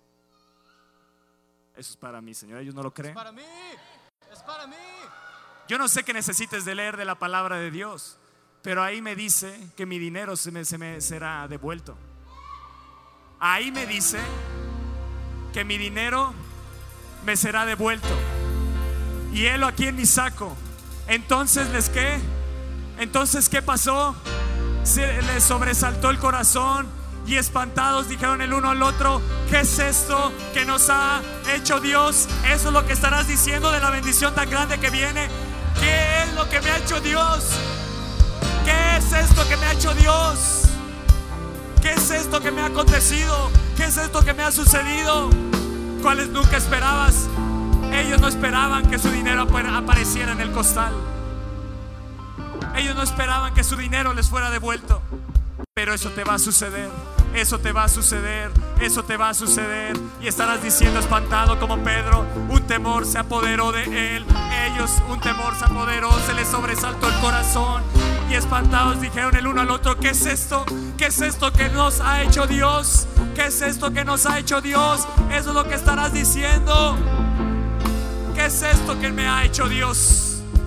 Eso es para mí, Señor. ¿Ellos no lo creen?
Es para mí. Es para mí.
Yo no sé qué necesites de leer de la palabra de Dios, pero ahí me dice que mi dinero se me, se me será devuelto. Ahí me dice que mi dinero me será devuelto. Y helo aquí en mi saco. Entonces, ¿les qué? Entonces, ¿qué pasó? Se les sobresaltó el corazón y espantados dijeron el uno al otro: ¿qué es esto que nos ha hecho Dios? Eso es lo que estarás diciendo de la bendición tan grande que viene. ¿Qué es lo que me ha hecho Dios? ¿Qué es esto que me ha hecho Dios? ¿Qué es esto que me ha acontecido? ¿Qué es esto que me ha sucedido? ¿Cuáles nunca esperabas? Ellos no esperaban que su dinero apareciera en el costal. Ellos no esperaban que su dinero les fuera devuelto. Pero eso te va a suceder. Eso te va a suceder. Eso te va a suceder. Y estarás diciendo espantado como Pedro: un temor se apoderó de él. Ellos, un temor se apoderó, se les sobresaltó el corazón. Y espantados dijeron el uno al otro: ¿qué es esto? ¿Qué es esto que nos ha hecho Dios? ¿Qué es esto que nos ha hecho Dios? Eso es lo que estarás diciendo. ¿Qué es esto que me ha hecho Dios?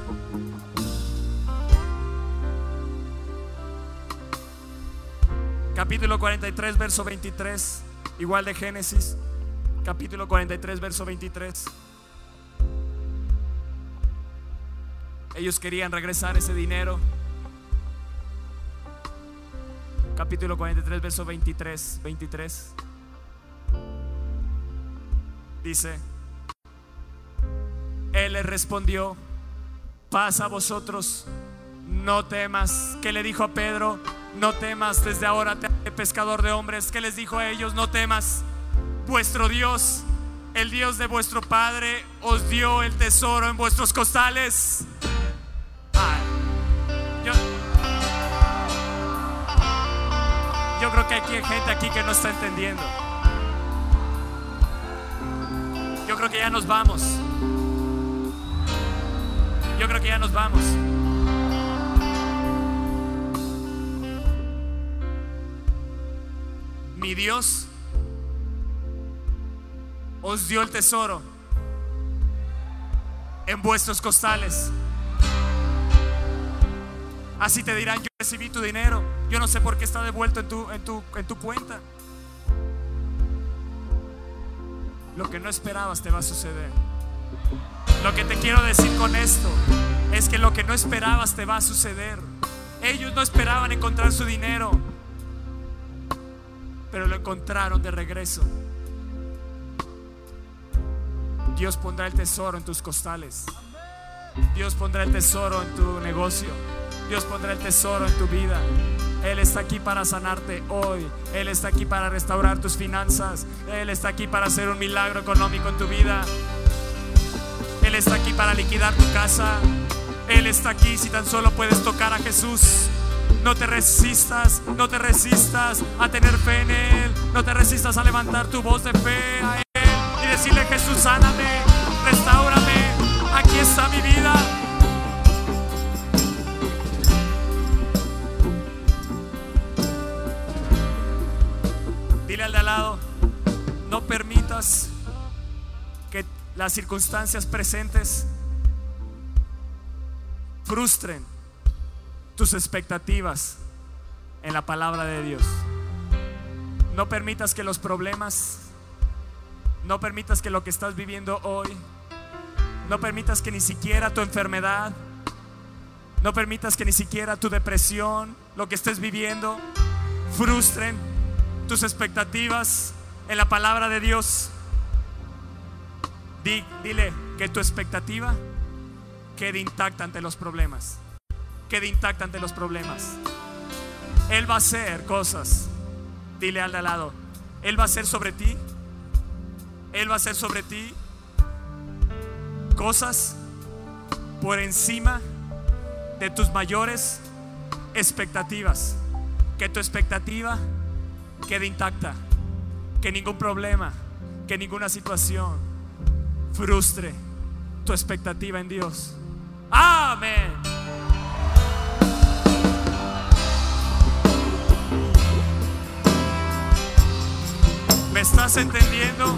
Capítulo cuarenta y tres, verso veintitrés, igual de Génesis. Capítulo cuarenta y tres, verso veintitrés. Ellos querían regresar ese dinero. Capítulo cuarenta y tres, verso veintitrés, veintitrés. Dice: Él les respondió: paz a vosotros, no temas. ¿Qué le dijo a Pedro? No temas, desde ahora te haré pescador de hombres, ¿qué les dijo a ellos? No temas, vuestro Dios, el Dios de vuestro Padre, os dio el tesoro en vuestros costales. Ay, yo, yo creo que aquí hay gente aquí que no está entendiendo. Yo creo que ya nos vamos. Yo creo que ya nos vamos. Mi Dios os dio el tesoro en vuestros costales. Así te dirán: yo recibí tu dinero, yo no sé por qué está devuelto en tu, en tu, en tu cuenta. Lo que no esperabas te va a suceder. Lo que te quiero decir con esto es que lo que no esperabas te va a suceder. Ellos no esperaban encontrar su dinero, pero lo encontraron de regreso. Dios pondrá el tesoro en tus costales. Dios pondrá el tesoro en tu negocio. Dios pondrá el tesoro en tu vida. Él está aquí para sanarte hoy. Él está aquí para restaurar tus finanzas. Él está aquí para hacer un milagro económico en tu vida. Él está aquí para liquidar tu casa. Él está aquí si tan solo puedes tocar a Jesús. No te resistas, no te resistas a tener fe en Él. No te resistas a levantar tu voz de fe a Él y decirle: Jesús, sáname, restáurame, aquí está mi vida. Dile al de al lado: no permitas que las circunstancias presentes frustren tus expectativas en la palabra de Dios. No permitas que los problemas, no permitas que lo que estás viviendo hoy, no permitas que ni siquiera tu enfermedad, no permitas que ni siquiera tu depresión, lo que estés viviendo, frustren tus expectativas en la palabra de Dios. Di, dile que tu expectativa quede intacta ante los problemas. Quede intacta ante los problemas. Él va a hacer cosas. Dile al de al lado: Él va a hacer sobre ti. Él va a hacer sobre ti cosas por encima de tus mayores expectativas. Que tu expectativa quede intacta. Que ningún problema, que ninguna situación frustre tu expectativa en Dios. Amén. ¿Me estás entendiendo?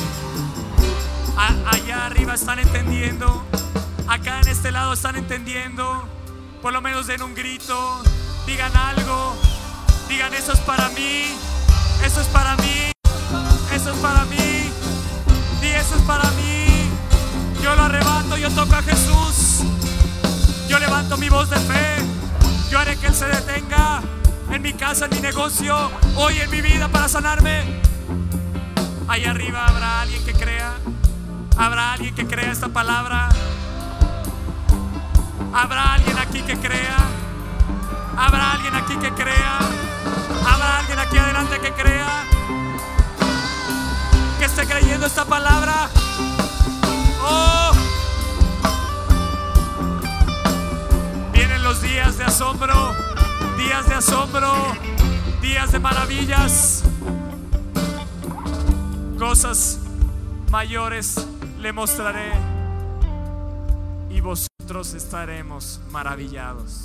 A- allá arriba están entendiendo. Acá en este lado están entendiendo. Por lo menos den un grito. Digan algo. Digan: eso es para mí. Eso es para mí. Eso es para mí. Di: eso es para mí. Yo lo arrebato. Yo toco a Jesús. Yo levanto mi voz de fe. Yo haré que Él se detenga en mi casa, en mi negocio, hoy en mi vida, para sanarme. Allá arriba habrá alguien que crea. Habrá alguien que crea esta palabra. Habrá alguien aquí que crea. Habrá alguien aquí que crea. Habrá alguien aquí adelante que crea, que esté creyendo esta palabra. Oh, vienen los días de asombro. Días de asombro. Días de maravillas. Cosas mayores le mostraré y vosotros estaremos maravillados.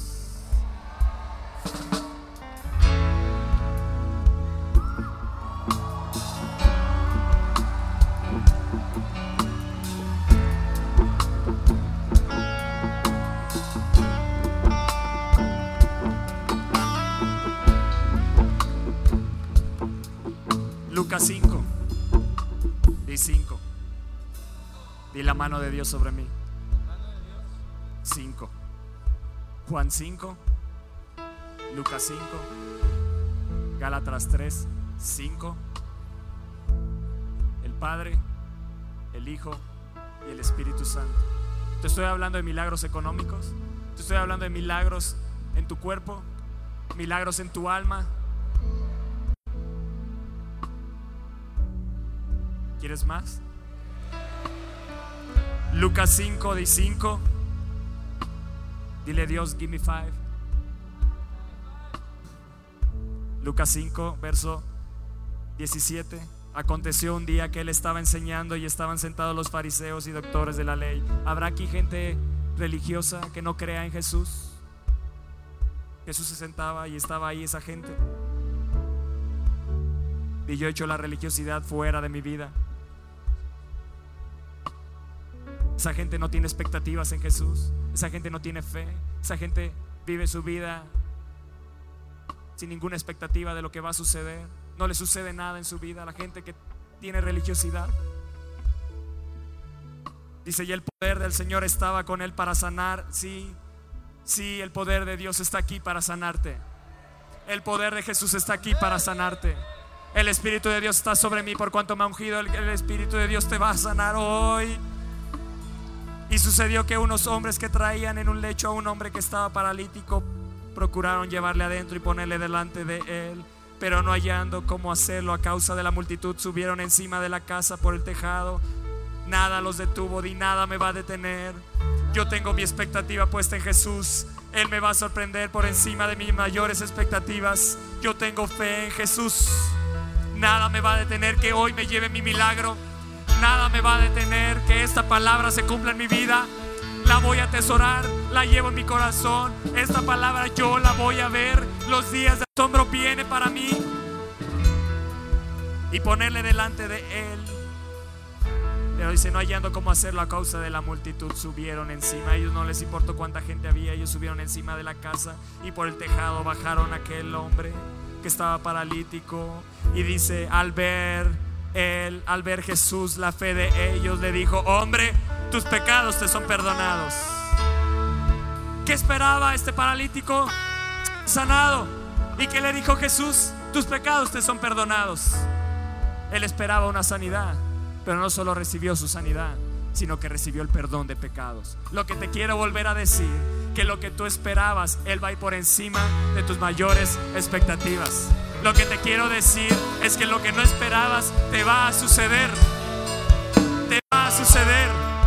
Lucas cinco y cinco. Di: la mano de Dios sobre mí. cinco. Juan cinco, Lucas cinco, Gálatas tres, cinco. El Padre, el Hijo y el Espíritu Santo. Te estoy hablando de milagros económicos. Te estoy hablando de milagros en tu cuerpo, milagros en tu alma, ¿Quieres más? Lucas cinco, di cinco. Dile Dios, give me five. Lucas cinco, verso diecisiete. Aconteció un día que él estaba enseñando y estaban sentados los fariseos y doctores de la ley. ¿Habrá aquí gente religiosa que no crea en Jesús? Jesús se sentaba y estaba ahí esa gente. Y yo he hecho la religiosidad fuera de mi vida. Esa gente no tiene expectativas en Jesús. Esa gente no tiene fe. Esa gente vive su vida sin ninguna expectativa de lo que va a suceder. No le sucede nada en su vida a la gente que tiene religiosidad. Dice, y el poder del Señor estaba con él para sanar. Sí, sí, el poder de Dios está aquí para sanarte. El poder de Jesús está aquí para sanarte. El Espíritu de Dios está sobre mí por cuanto me ha ungido. El, el Espíritu de Dios te va a sanar hoy. Y sucedió que unos hombres que traían en un lecho a un hombre que estaba paralítico procuraron llevarle adentro y ponerle delante de él, pero no hallando cómo hacerlo a causa de la multitud, subieron encima de la casa por el tejado. Nada los detuvo, ni nada me va a detener. Yo tengo mi expectativa puesta en Jesús. Él me va a sorprender por encima de mis mayores expectativas. Yo tengo fe en Jesús. Nada me va a detener que hoy me lleve mi milagro. Nada me va a detener que esta palabra se cumpla en mi vida. La voy a atesorar, la llevo en mi corazón. Esta palabra yo la voy a ver. Los días de asombro vienen para mí. Y ponerle delante de él. Pero dice, no hallando cómo hacerlo a causa de la multitud, subieron encima. A ellos no les importó cuánta gente había. Ellos subieron encima de la casa y por el tejado bajaron a aquel hombre que estaba paralítico. Y dice, al ver él, al ver Jesús la fe de ellos, le dijo, hombre, tus pecados te son perdonados. ¿Qué esperaba este paralítico? Sanado. ¿Y qué le dijo Jesús? Tus pecados te son perdonados. Él esperaba una sanidad, pero no solo recibió su sanidad, sino que recibió el perdón de pecados. Lo que te quiero volver a decir, que lo que tú esperabas, Él va a ir por encima de tus mayores expectativas. Lo que te quiero decir es que lo que no esperabas te va a suceder. Te va a suceder.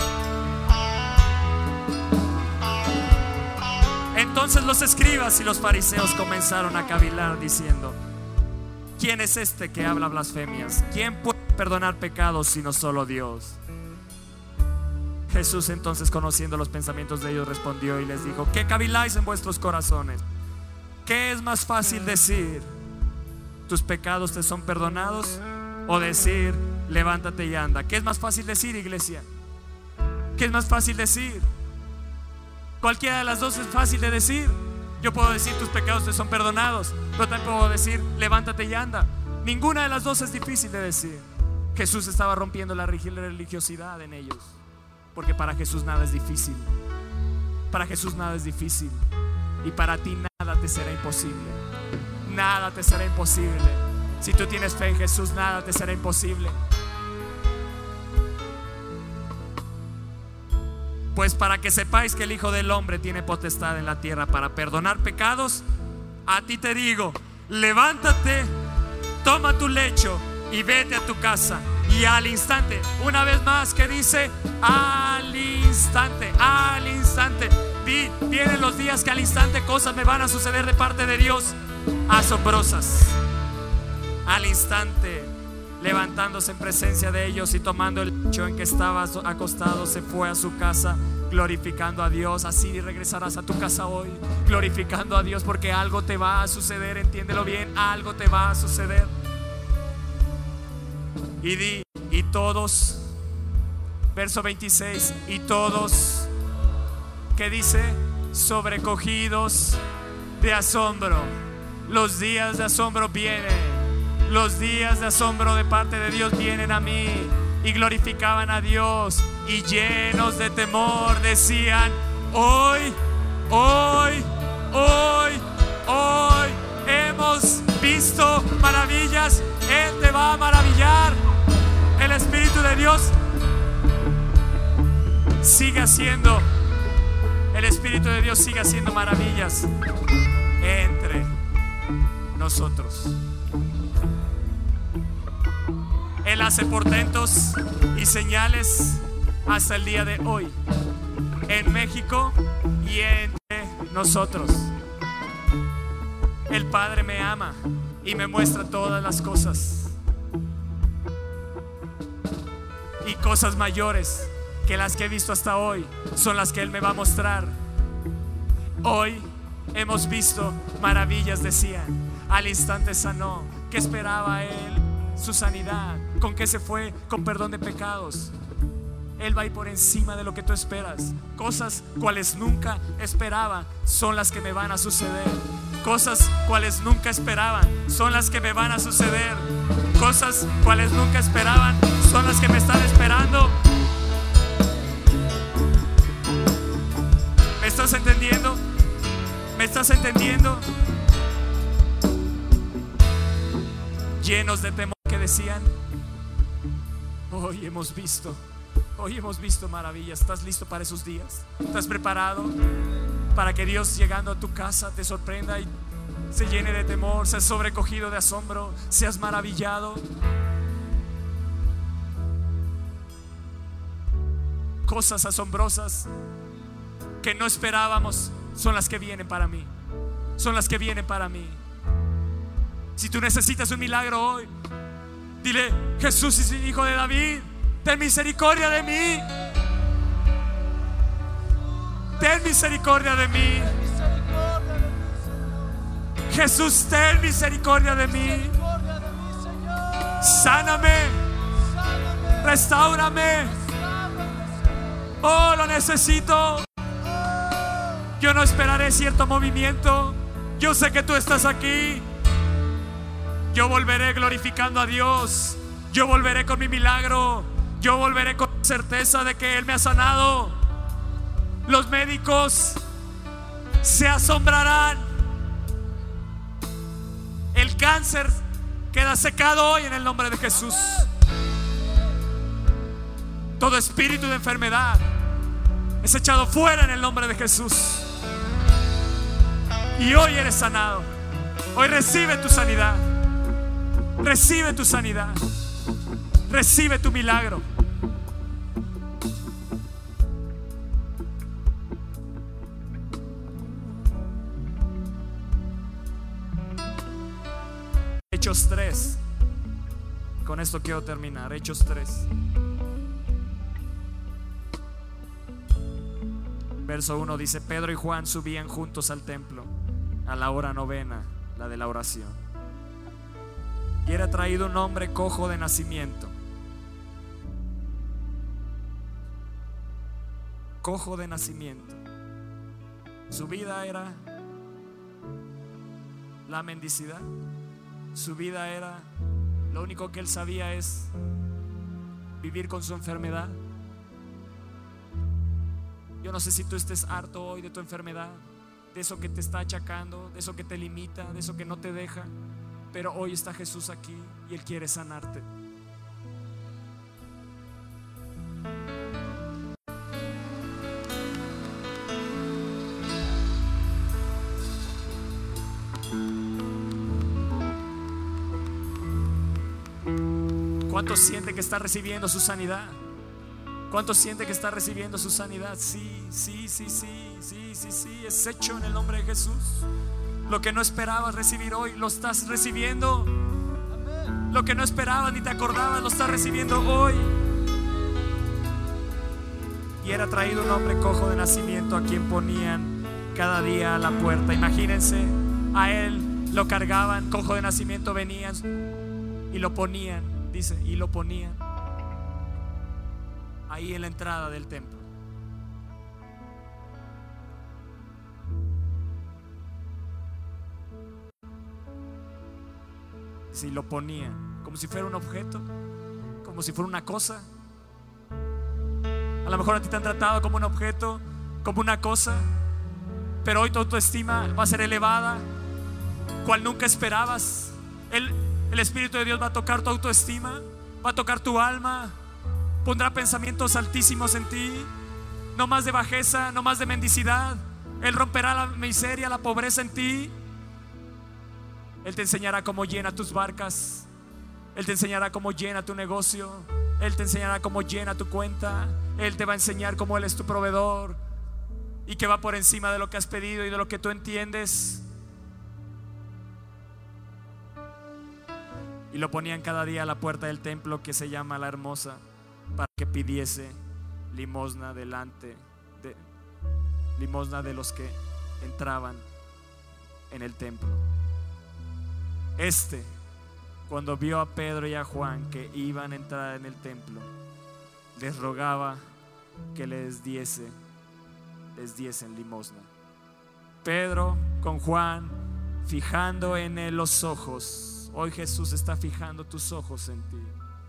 Entonces los escribas y los fariseos comenzaron a cavilar diciendo, ¿quién es este que habla blasfemias? ¿Quién puede perdonar pecados sino solo Dios? Jesús entonces, conociendo los pensamientos de ellos, respondió y les dijo, ¿qué caviláis en vuestros corazones? ¿Qué es más fácil decir, tus pecados te son perdonados, o decir, levántate y anda? ¿Qué es más fácil decir, iglesia? ¿Qué es más fácil decir? Cualquiera de las dos es fácil de decir. Yo puedo decir, tus pecados te son perdonados, pero también puedo decir, levántate y anda. Ninguna de las dos es difícil de decir. Jesús estaba rompiendo la religiosidad en ellos, porque para Jesús nada es difícil. Para Jesús nada es difícil. Y para ti nada te será imposible. Nada te será imposible. Si tú tienes fe en Jesús, nada te será imposible. Pues para que sepáis que el Hijo del Hombre tiene potestad en la tierra para perdonar pecados, a ti te digo, levántate, toma tu lecho y vete a tu casa. Y al instante, una vez más, que dice, al instante, al instante. Vi, vienen los días que al instante cosas me van a suceder de parte de Dios asombrosas. Al instante, levantándose en presencia de ellos y tomando el lecho en que estaba acostado, se fue a su casa glorificando a Dios. Así regresarás a tu casa hoy, glorificando a Dios, porque algo te va a suceder. Entiéndelo bien, algo te va a suceder. Y di, y todos, verso veintiséis, y todos, ¿qué dice? Sobrecogidos de asombro. Los días de asombro vienen. Los días de asombro de parte de Dios vienen a mí. Y glorificaban a Dios, y llenos de temor decían, hoy, hoy, hoy, hoy hemos visto maravillas. Él te va a maravillar. El Espíritu de Dios sigue haciendo, el Espíritu de Dios sigue haciendo maravillas nosotros. Él hace portentos y señales hasta el día de hoy en México y entre nosotros. El Padre me ama y me muestra todas las cosas, y cosas mayores que las que he visto hasta hoy son las que Él me va a mostrar. Hoy hemos visto maravillas, decían. Al instante sanó. ¿Qué esperaba Él? Su sanidad. ¿Con qué se fue? Con perdón de pecados. Él va a ir por encima de lo que tú esperas. Cosas cuales nunca esperaba son las que me van a suceder. Cosas cuales nunca esperaban son las que me van a suceder. Cosas cuales nunca esperaban son las que me están esperando. ¿Me estás entendiendo? ¿Me estás entendiendo? Llenos de temor que decían: hoy hemos visto, hoy hemos visto maravillas. ¿Estás listo para esos días? ¿Estás preparado para que Dios, llegando a tu casa, te sorprenda y se llene de temor, seas sobrecogido de asombro, seas maravillado? Cosas asombrosas que no esperábamos son las que vienen para mí. Son las que vienen para mí. Si tú necesitas un milagro hoy, dile: Jesús es el Hijo de David, ten misericordia de mí. Ten misericordia de mí. Jesús, ten misericordia de mí. Sáname, restáurame. Oh, lo necesito. Yo no esperaré cierto movimiento. Yo sé que tú estás aquí. Yo volveré glorificando a Dios. Yo volveré con mi milagro. Yo volveré con certeza de que Él me ha sanado. Los médicos se asombrarán. El cáncer queda secado hoy en el nombre de Jesús. Todo espíritu de enfermedad es echado fuera en el nombre de Jesús. Y hoy eres sanado. Hoy recibe tu sanidad. Recibe tu sanidad. Recibe tu milagro. Hechos tres. Con esto quiero terminar. Hechos tres. Verso uno dice: Pedro y Juan subían juntos al templo a la hora novena, la de la oración. Y era traído un hombre cojo de nacimiento. Cojo de nacimiento. Su vida era la mendicidad. Su vida era, lo único que él sabía es vivir con su enfermedad. Yo no sé si tú estés harto hoy de tu enfermedad, de eso que te está achacando, de eso que te limita, de eso que no te deja. Pero hoy está Jesús aquí y Él quiere sanarte. ¿Cuántos siente que está recibiendo su sanidad? ¿Cuántos siente que está recibiendo su sanidad? Sí, sí, sí, sí, sí, sí, sí. Es hecho en el nombre de Jesús. Lo que no esperabas recibir hoy, lo estás recibiendo. Lo que no esperabas ni te acordabas, lo estás recibiendo hoy. Y era traído un hombre cojo de nacimiento, a quien ponían cada día a la puerta. Imagínense, a él lo cargaban, cojo de nacimiento, venían y lo ponían, dice, y lo ponían ahí en la entrada del templo. Si lo ponían como si fuera un objeto, como si fuera una cosa. A lo mejor a ti te han tratado como un objeto, como una cosa, pero hoy tu autoestima va a ser elevada, cual nunca esperabas. El, el Espíritu de Dios va a tocar tu autoestima, va a tocar tu alma, pondrá pensamientos altísimos en ti, no más de bajeza, no más de mendicidad. Él romperá la miseria, la pobreza en ti. Él te enseñará cómo llena tus barcas. Él te enseñará cómo llena tu negocio. Él te enseñará cómo llena tu cuenta. Él te va a enseñar cómo Él es tu proveedor y que va por encima de lo que has pedido y de lo que tú entiendes. Y lo ponían cada día a la puerta del templo que se llama La Hermosa, para que pidiese limosna delante de, limosna de los que entraban en el templo. Este, cuando vio a Pedro y a Juan que iban a entrar en el templo, les rogaba que les diese, les diesen limosna. Pedro con Juan, fijando en él los ojos. Hoy Jesús está fijando tus ojos en ti.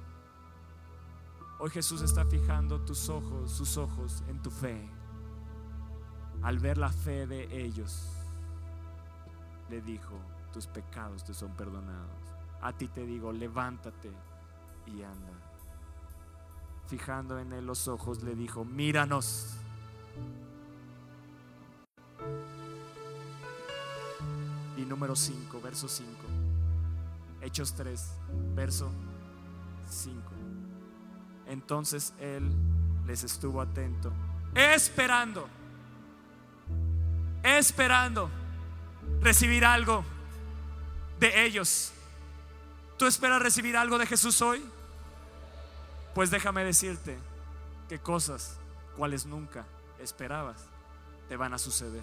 Hoy Jesús está fijando tus ojos, sus ojos en tu fe. Al ver la fe de ellos, le dijo: tus pecados te son perdonados. A ti te digo, levántate y anda. Fijando en él los ojos, le dijo: míranos. Y número cinco, verso cinco. Hechos tres, verso cinco. Entonces él les estuvo atento, esperando, esperando recibir algo de ellos. ¿Tú esperas recibir algo de Jesús hoy? Pues déjame decirte que cosas cuales nunca esperabas te van a suceder.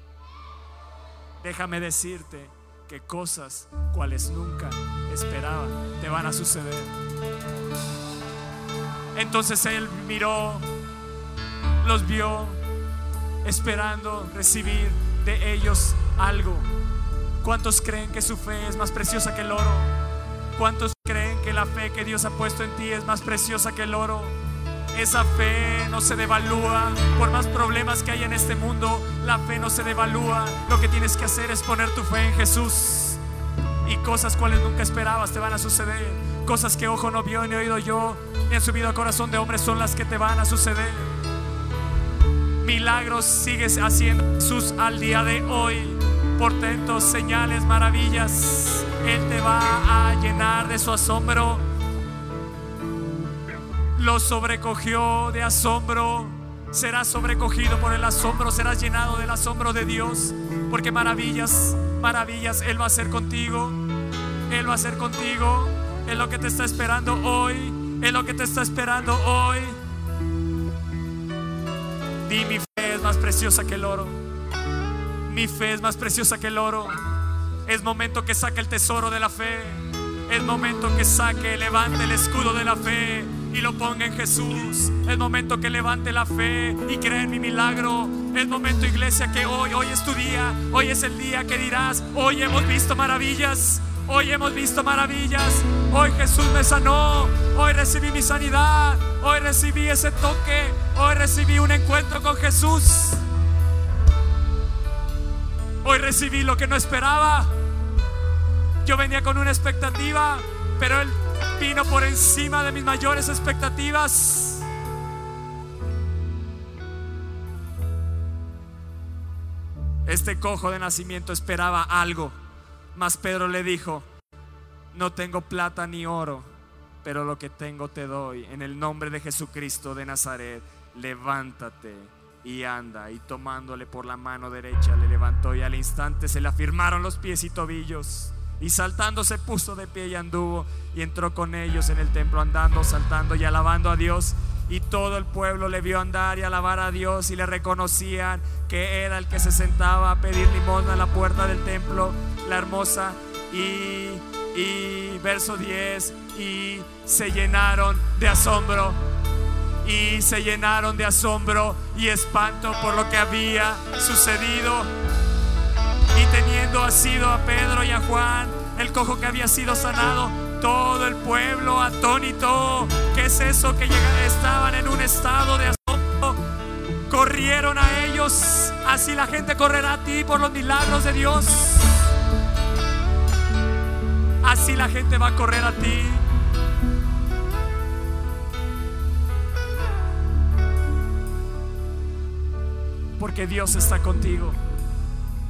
Déjame decirte que cosas cuales nunca esperaba te van a suceder. Entonces él miró, los vio, esperando recibir de ellos algo. ¿Cuántos creen que su fe es más preciosa que el oro? ¿Cuántos creen que la fe que Dios ha puesto en ti es más preciosa que el oro? Esa fe no se devalúa. Por más problemas que hay en este mundo, la fe no se devalúa. Lo que tienes que hacer es poner tu fe en Jesús, y cosas cuales nunca esperabas te van a suceder. Cosas que ojo no vio, ni oído yo, ni han subido al corazón de hombre, son las que te van a suceder. Milagros sigues haciendo Jesús al día de hoy. Portentos, señales, maravillas. Él te va a llenar de su asombro. Lo sobrecogió de asombro. Serás sobrecogido por el asombro. Serás llenado del asombro de Dios, porque maravillas, maravillas Él va a hacer contigo. Él va a hacer contigo. Es lo que te está esperando hoy. Es lo que te está esperando hoy. Di: mi fe es más preciosa que el oro. Mi fe es más preciosa que el oro. Es momento que saque el tesoro de la fe. Es momento que saque, levante el escudo de la fe y lo ponga en Jesús. Es momento que levante la fe y crea en mi milagro. Es momento, iglesia, que hoy, hoy es tu día. Hoy es el día que dirás: hoy hemos visto maravillas. Hoy hemos visto maravillas. Hoy Jesús me sanó. Hoy recibí mi sanidad. Hoy recibí ese toque. Hoy recibí un encuentro con Jesús. Hoy recibí lo que no esperaba. Yo venía con una expectativa, pero Él vino por encima de mis mayores expectativas. Este cojo de nacimiento esperaba algo, mas Pedro le dijo: no tengo plata ni oro, pero lo que tengo te doy. En el nombre de Jesucristo de Nazaret, levántate y anda. Y tomándole por la mano derecha le levantó, y al instante se le afirmaron los pies y tobillos, y saltando se puso de pie y anduvo, y entró con ellos en el templo, andando, saltando y alabando a Dios. Y todo el pueblo le vio andar y alabar a Dios, y le reconocían que era el que se sentaba a pedir limosna a la puerta del templo, La Hermosa. Y, y verso diez: y se llenaron de asombro. Y se llenaron de asombro y espanto por lo que había sucedido. Y teniendo asido a Pedro y a Juan, el cojo que había sido sanado, todo el pueblo atónito. ¿Qué es eso? Que llegaron, estaban en un estado de asombro. Corrieron a ellos. Así la gente correrá a ti por los milagros de Dios. Así la gente va a correr a ti. Porque Dios está contigo.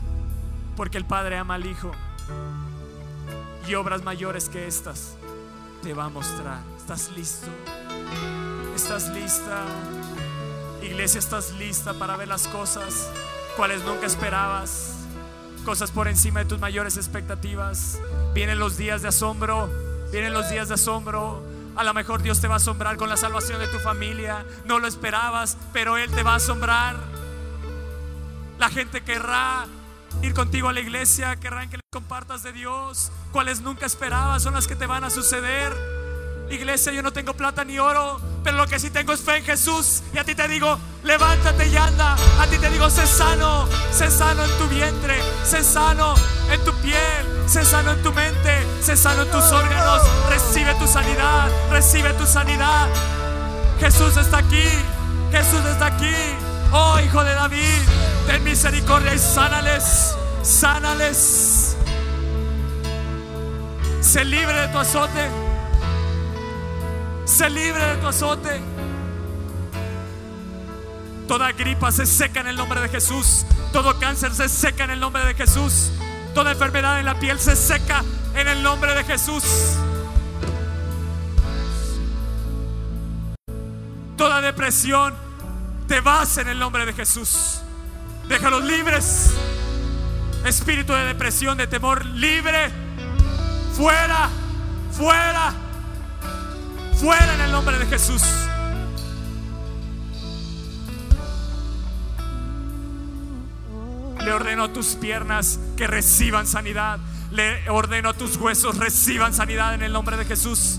Porque el Padre ama al Hijo. Y obras mayores que estas te va a mostrar. ¿Estás listo? ¿Estás lista? Iglesia, ¿estás lista para ver las cosas cuales nunca esperabas? Cosas por encima de tus mayores expectativas. Vienen los días de asombro. Vienen los días de asombro. A lo mejor Dios te va a asombrar con la salvación de tu familia. No lo esperabas, pero Él te va a asombrar. La gente querrá ir contigo a la iglesia, querrán que les compartas de Dios. Cuales nunca esperabas son las que te van a suceder. Iglesia, yo no tengo plata ni oro, pero lo que sí tengo es fe en Jesús. Y a ti te digo, levántate y anda. A ti te digo, sé sano. Sé sano en tu vientre. Sé sano en tu piel. Sé sano en tu mente. Sé sano en tus órganos. Recibe tu sanidad. Recibe tu sanidad. Jesús está aquí. Jesús está aquí. Oh, Hijo de David, ten misericordia y sánales. Sánales. Sé libre de tu azote. Sé libre de tu azote. Toda gripa se seca en el nombre de Jesús. Todo cáncer se seca en el nombre de Jesús. Toda enfermedad en la piel se seca en el nombre de Jesús. Toda depresión te vas en el nombre de Jesús. Déjalos libres. Espíritu de depresión, de temor, libre. Fuera, fuera. Fuera en el nombre de Jesús. Le ordeno a tus piernas que reciban sanidad. Le ordeno a tus huesos reciban sanidad en el nombre de Jesús.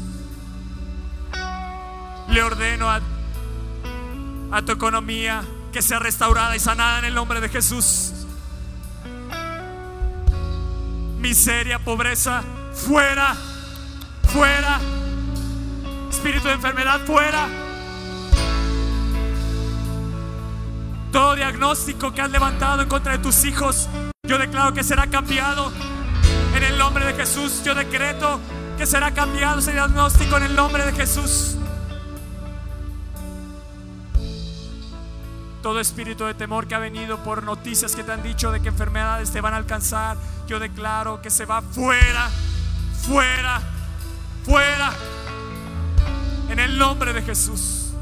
Le ordeno a, a tu economía que sea restaurada y sanada en el nombre de Jesús. Miseria, pobreza, fuera, fuera. Espíritu de enfermedad, fuera. Todo diagnóstico que has levantado en contra de tus hijos, yo declaro que será cambiado en el nombre de Jesús. Yo decreto que será cambiado ese diagnóstico en el nombre de Jesús. Todo espíritu de temor que ha venido por noticias que te han dicho de que enfermedades te van a alcanzar, yo declaro que se va fuera, fuera, fuera. En el nombre de Jesús.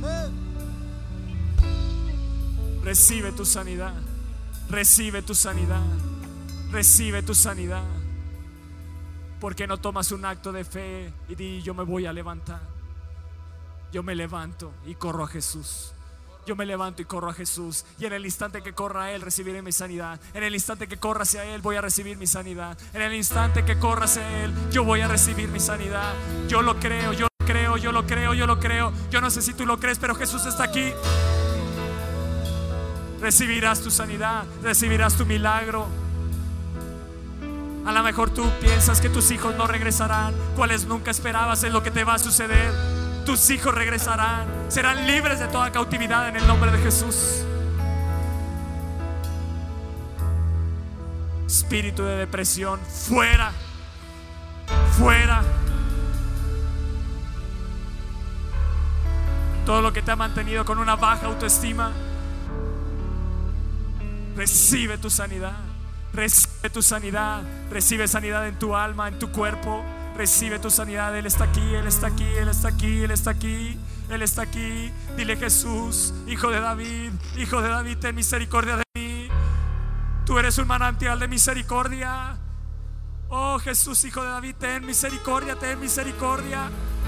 Recibe tu sanidad. Recibe tu sanidad. Recibe tu sanidad. ¿Por qué no tomas un acto de fe y di: yo me voy a levantar? Yo me levanto y corro a Jesús. Yo me levanto y corro a Jesús. Y en el instante que corra a Él, recibiré mi sanidad. En el instante que corra hacia Él, voy a recibir mi sanidad. En el instante que corra hacia Él, yo voy a recibir mi sanidad. Yo lo creo, yo lo creo, yo lo creo, yo lo creo. Yo no sé si tú lo crees, pero Jesús está aquí. Recibirás tu sanidad, recibirás tu milagro. A lo mejor tú piensas que tus hijos no regresarán. Cuales nunca esperabas, es lo que te va a suceder. Tus hijos regresarán, serán libres de toda cautividad en el nombre de Jesús. Espíritu de depresión, fuera, fuera. Todo lo que te ha mantenido con una baja autoestima, recibe tu sanidad. Recibe tu sanidad. Recibe sanidad en tu alma, en tu cuerpo. Recibe tu sanidad. Él está aquí, Él está aquí, Él está aquí, Él está aquí, Él está aquí. Dile: Jesús, Hijo de David, Hijo de David, ten misericordia de mí. Tú eres un manantial de misericordia. Oh Jesús, Hijo de David, ten misericordia, ten misericordia.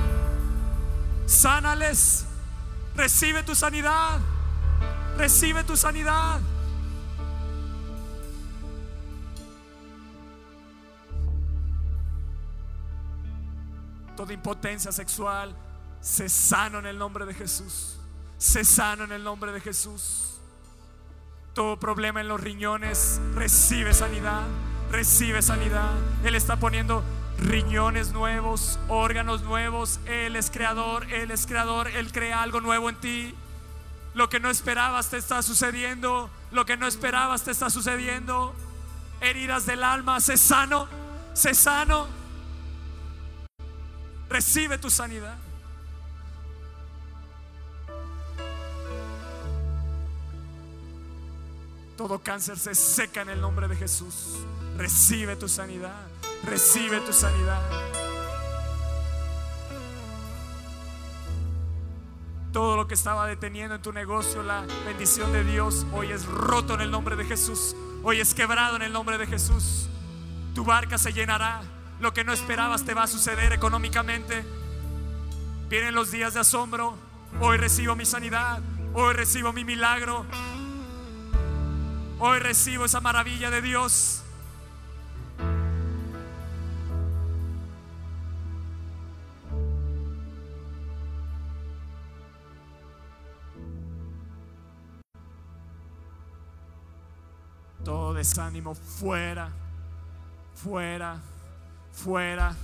Sánales. Recibe tu sanidad. Recibe tu sanidad. Toda impotencia sexual, sé sano en el nombre de Jesús. Sé sano en el nombre de Jesús. Todo problema en los riñones, recibe sanidad. Recibe sanidad. Él está poniendo riñones nuevos, órganos nuevos. Él es creador, Él es creador. Él crea algo nuevo en ti. Lo que no esperabas te está sucediendo. Lo que no esperabas te está sucediendo. Heridas del alma, sé sano. Sé sano. Recibe tu sanidad. Todo cáncer se seca en el nombre de Jesús. Recibe tu sanidad. Recibe tu sanidad. Todo lo que estaba deteniendo en tu negocio la bendición de Dios, hoy es roto en el nombre de Jesús. Hoy es quebrado en el nombre de Jesús. Tu barca se llenará. Lo que no esperabas te va a suceder económicamente. Vienen los días de asombro. Hoy recibo mi sanidad. Hoy recibo mi milagro. Hoy recibo esa maravilla de Dios. Todo desánimo fuera, fuera, fuera.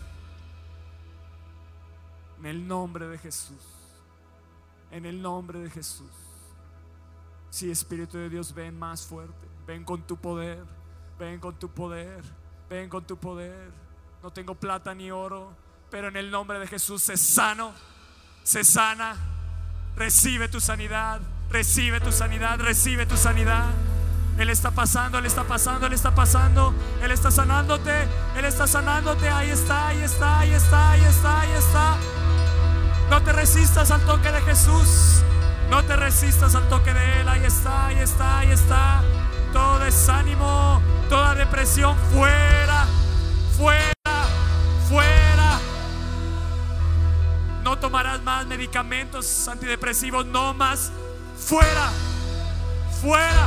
En el nombre de Jesús. En el nombre de Jesús. Sí, Espíritu de Dios, ven más fuerte. Ven con tu poder. Ven con tu poder. Ven con tu poder. No tengo plata ni oro, pero en el nombre de Jesús se sano. Se sana. Recibe tu sanidad. Recibe tu sanidad. Recibe tu sanidad. Él está pasando, Él está pasando, Él está pasando. Él está sanándote, Él está sanándote. Ahí está, ahí está, ahí está, ahí está, ahí está. No te resistas al toque de Jesús. No te resistas al toque de Él. Ahí está, ahí está, ahí está. Todo desánimo, toda depresión fuera, fuera, fuera. No tomarás más medicamentos antidepresivos, no más. Fuera, fuera.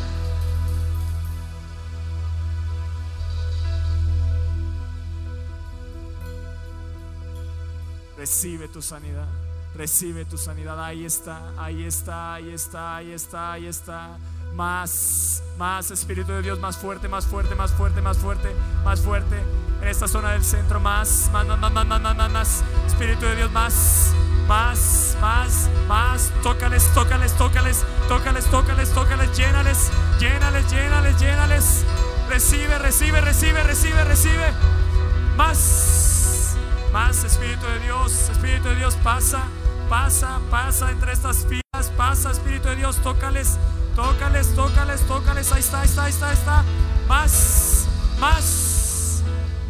Recibe tu sanidad, recibe tu sanidad. Ahí está, ahí está, ahí está, ahí está, ahí está. Más, más Espíritu de Dios, más fuerte, más fuerte, más fuerte, más fuerte, más fuerte. En esta zona del centro, más, más, más, más, más, más, más, más. Espíritu de Dios, más, más, más, más. Tócales, tócales, tócales, tócales, tócales, tócales. Llénales, llénales, llénales, llénales. Recibe, recibe, recibe, recibe, recibe. Más. Más Espíritu de Dios, Espíritu de Dios, pasa, pasa, pasa entre estas filas, pasa Espíritu de Dios, tócales, tócales, tócales, tócales, ahí está, ahí está, ahí está, ahí está, más, más.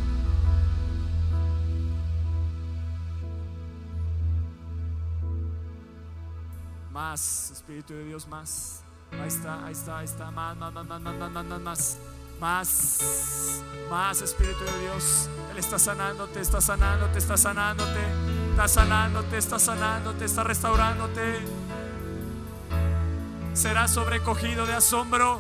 Más Espíritu de Dios, más, ahí está, ahí está, ahí está, más, más, más, más, más, más, más, más. Más, más Espíritu de Dios. Él está sanándote, está sanándote, está sanándote, está sanándote, está sanándote, está restaurándote. Serás sobrecogido de asombro.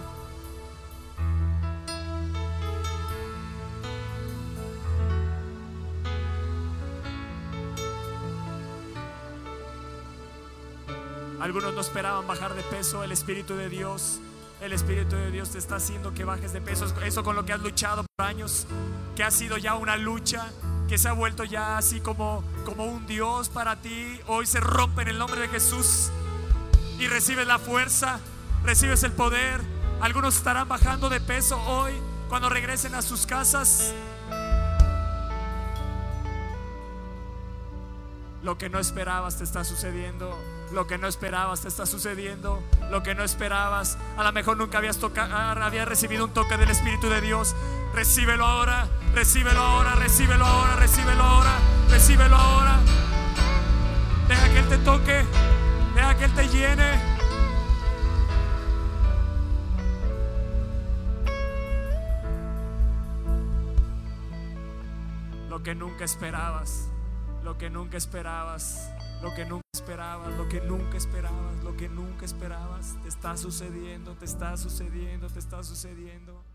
Algunos no esperaban bajar de peso. El Espíritu de Dios, el Espíritu de Dios te está haciendo que bajes de peso. Eso con lo que has luchado por años, que ha sido ya una lucha, que se ha vuelto ya así como, como un Dios para ti. Hoy se rompe en el nombre de Jesús y recibes la fuerza, recibes el poder. Algunos estarán bajando de peso hoy cuando regresen a sus casas. Lo que no esperabas te está sucediendo. Lo que no esperabas te está sucediendo. Lo que no esperabas, a lo mejor nunca habías tocado, habías recibido un toque del Espíritu de Dios. Recíbelo ahora, recíbelo ahora, recíbelo ahora, recíbelo ahora, recíbelo ahora. Deja que Él te toque, deja que Él te llene. Lo que nunca esperabas, lo que nunca esperabas, lo que nunca esperabas, lo que nunca esperabas, lo que nunca esperabas, te está sucediendo, te está sucediendo, te está sucediendo.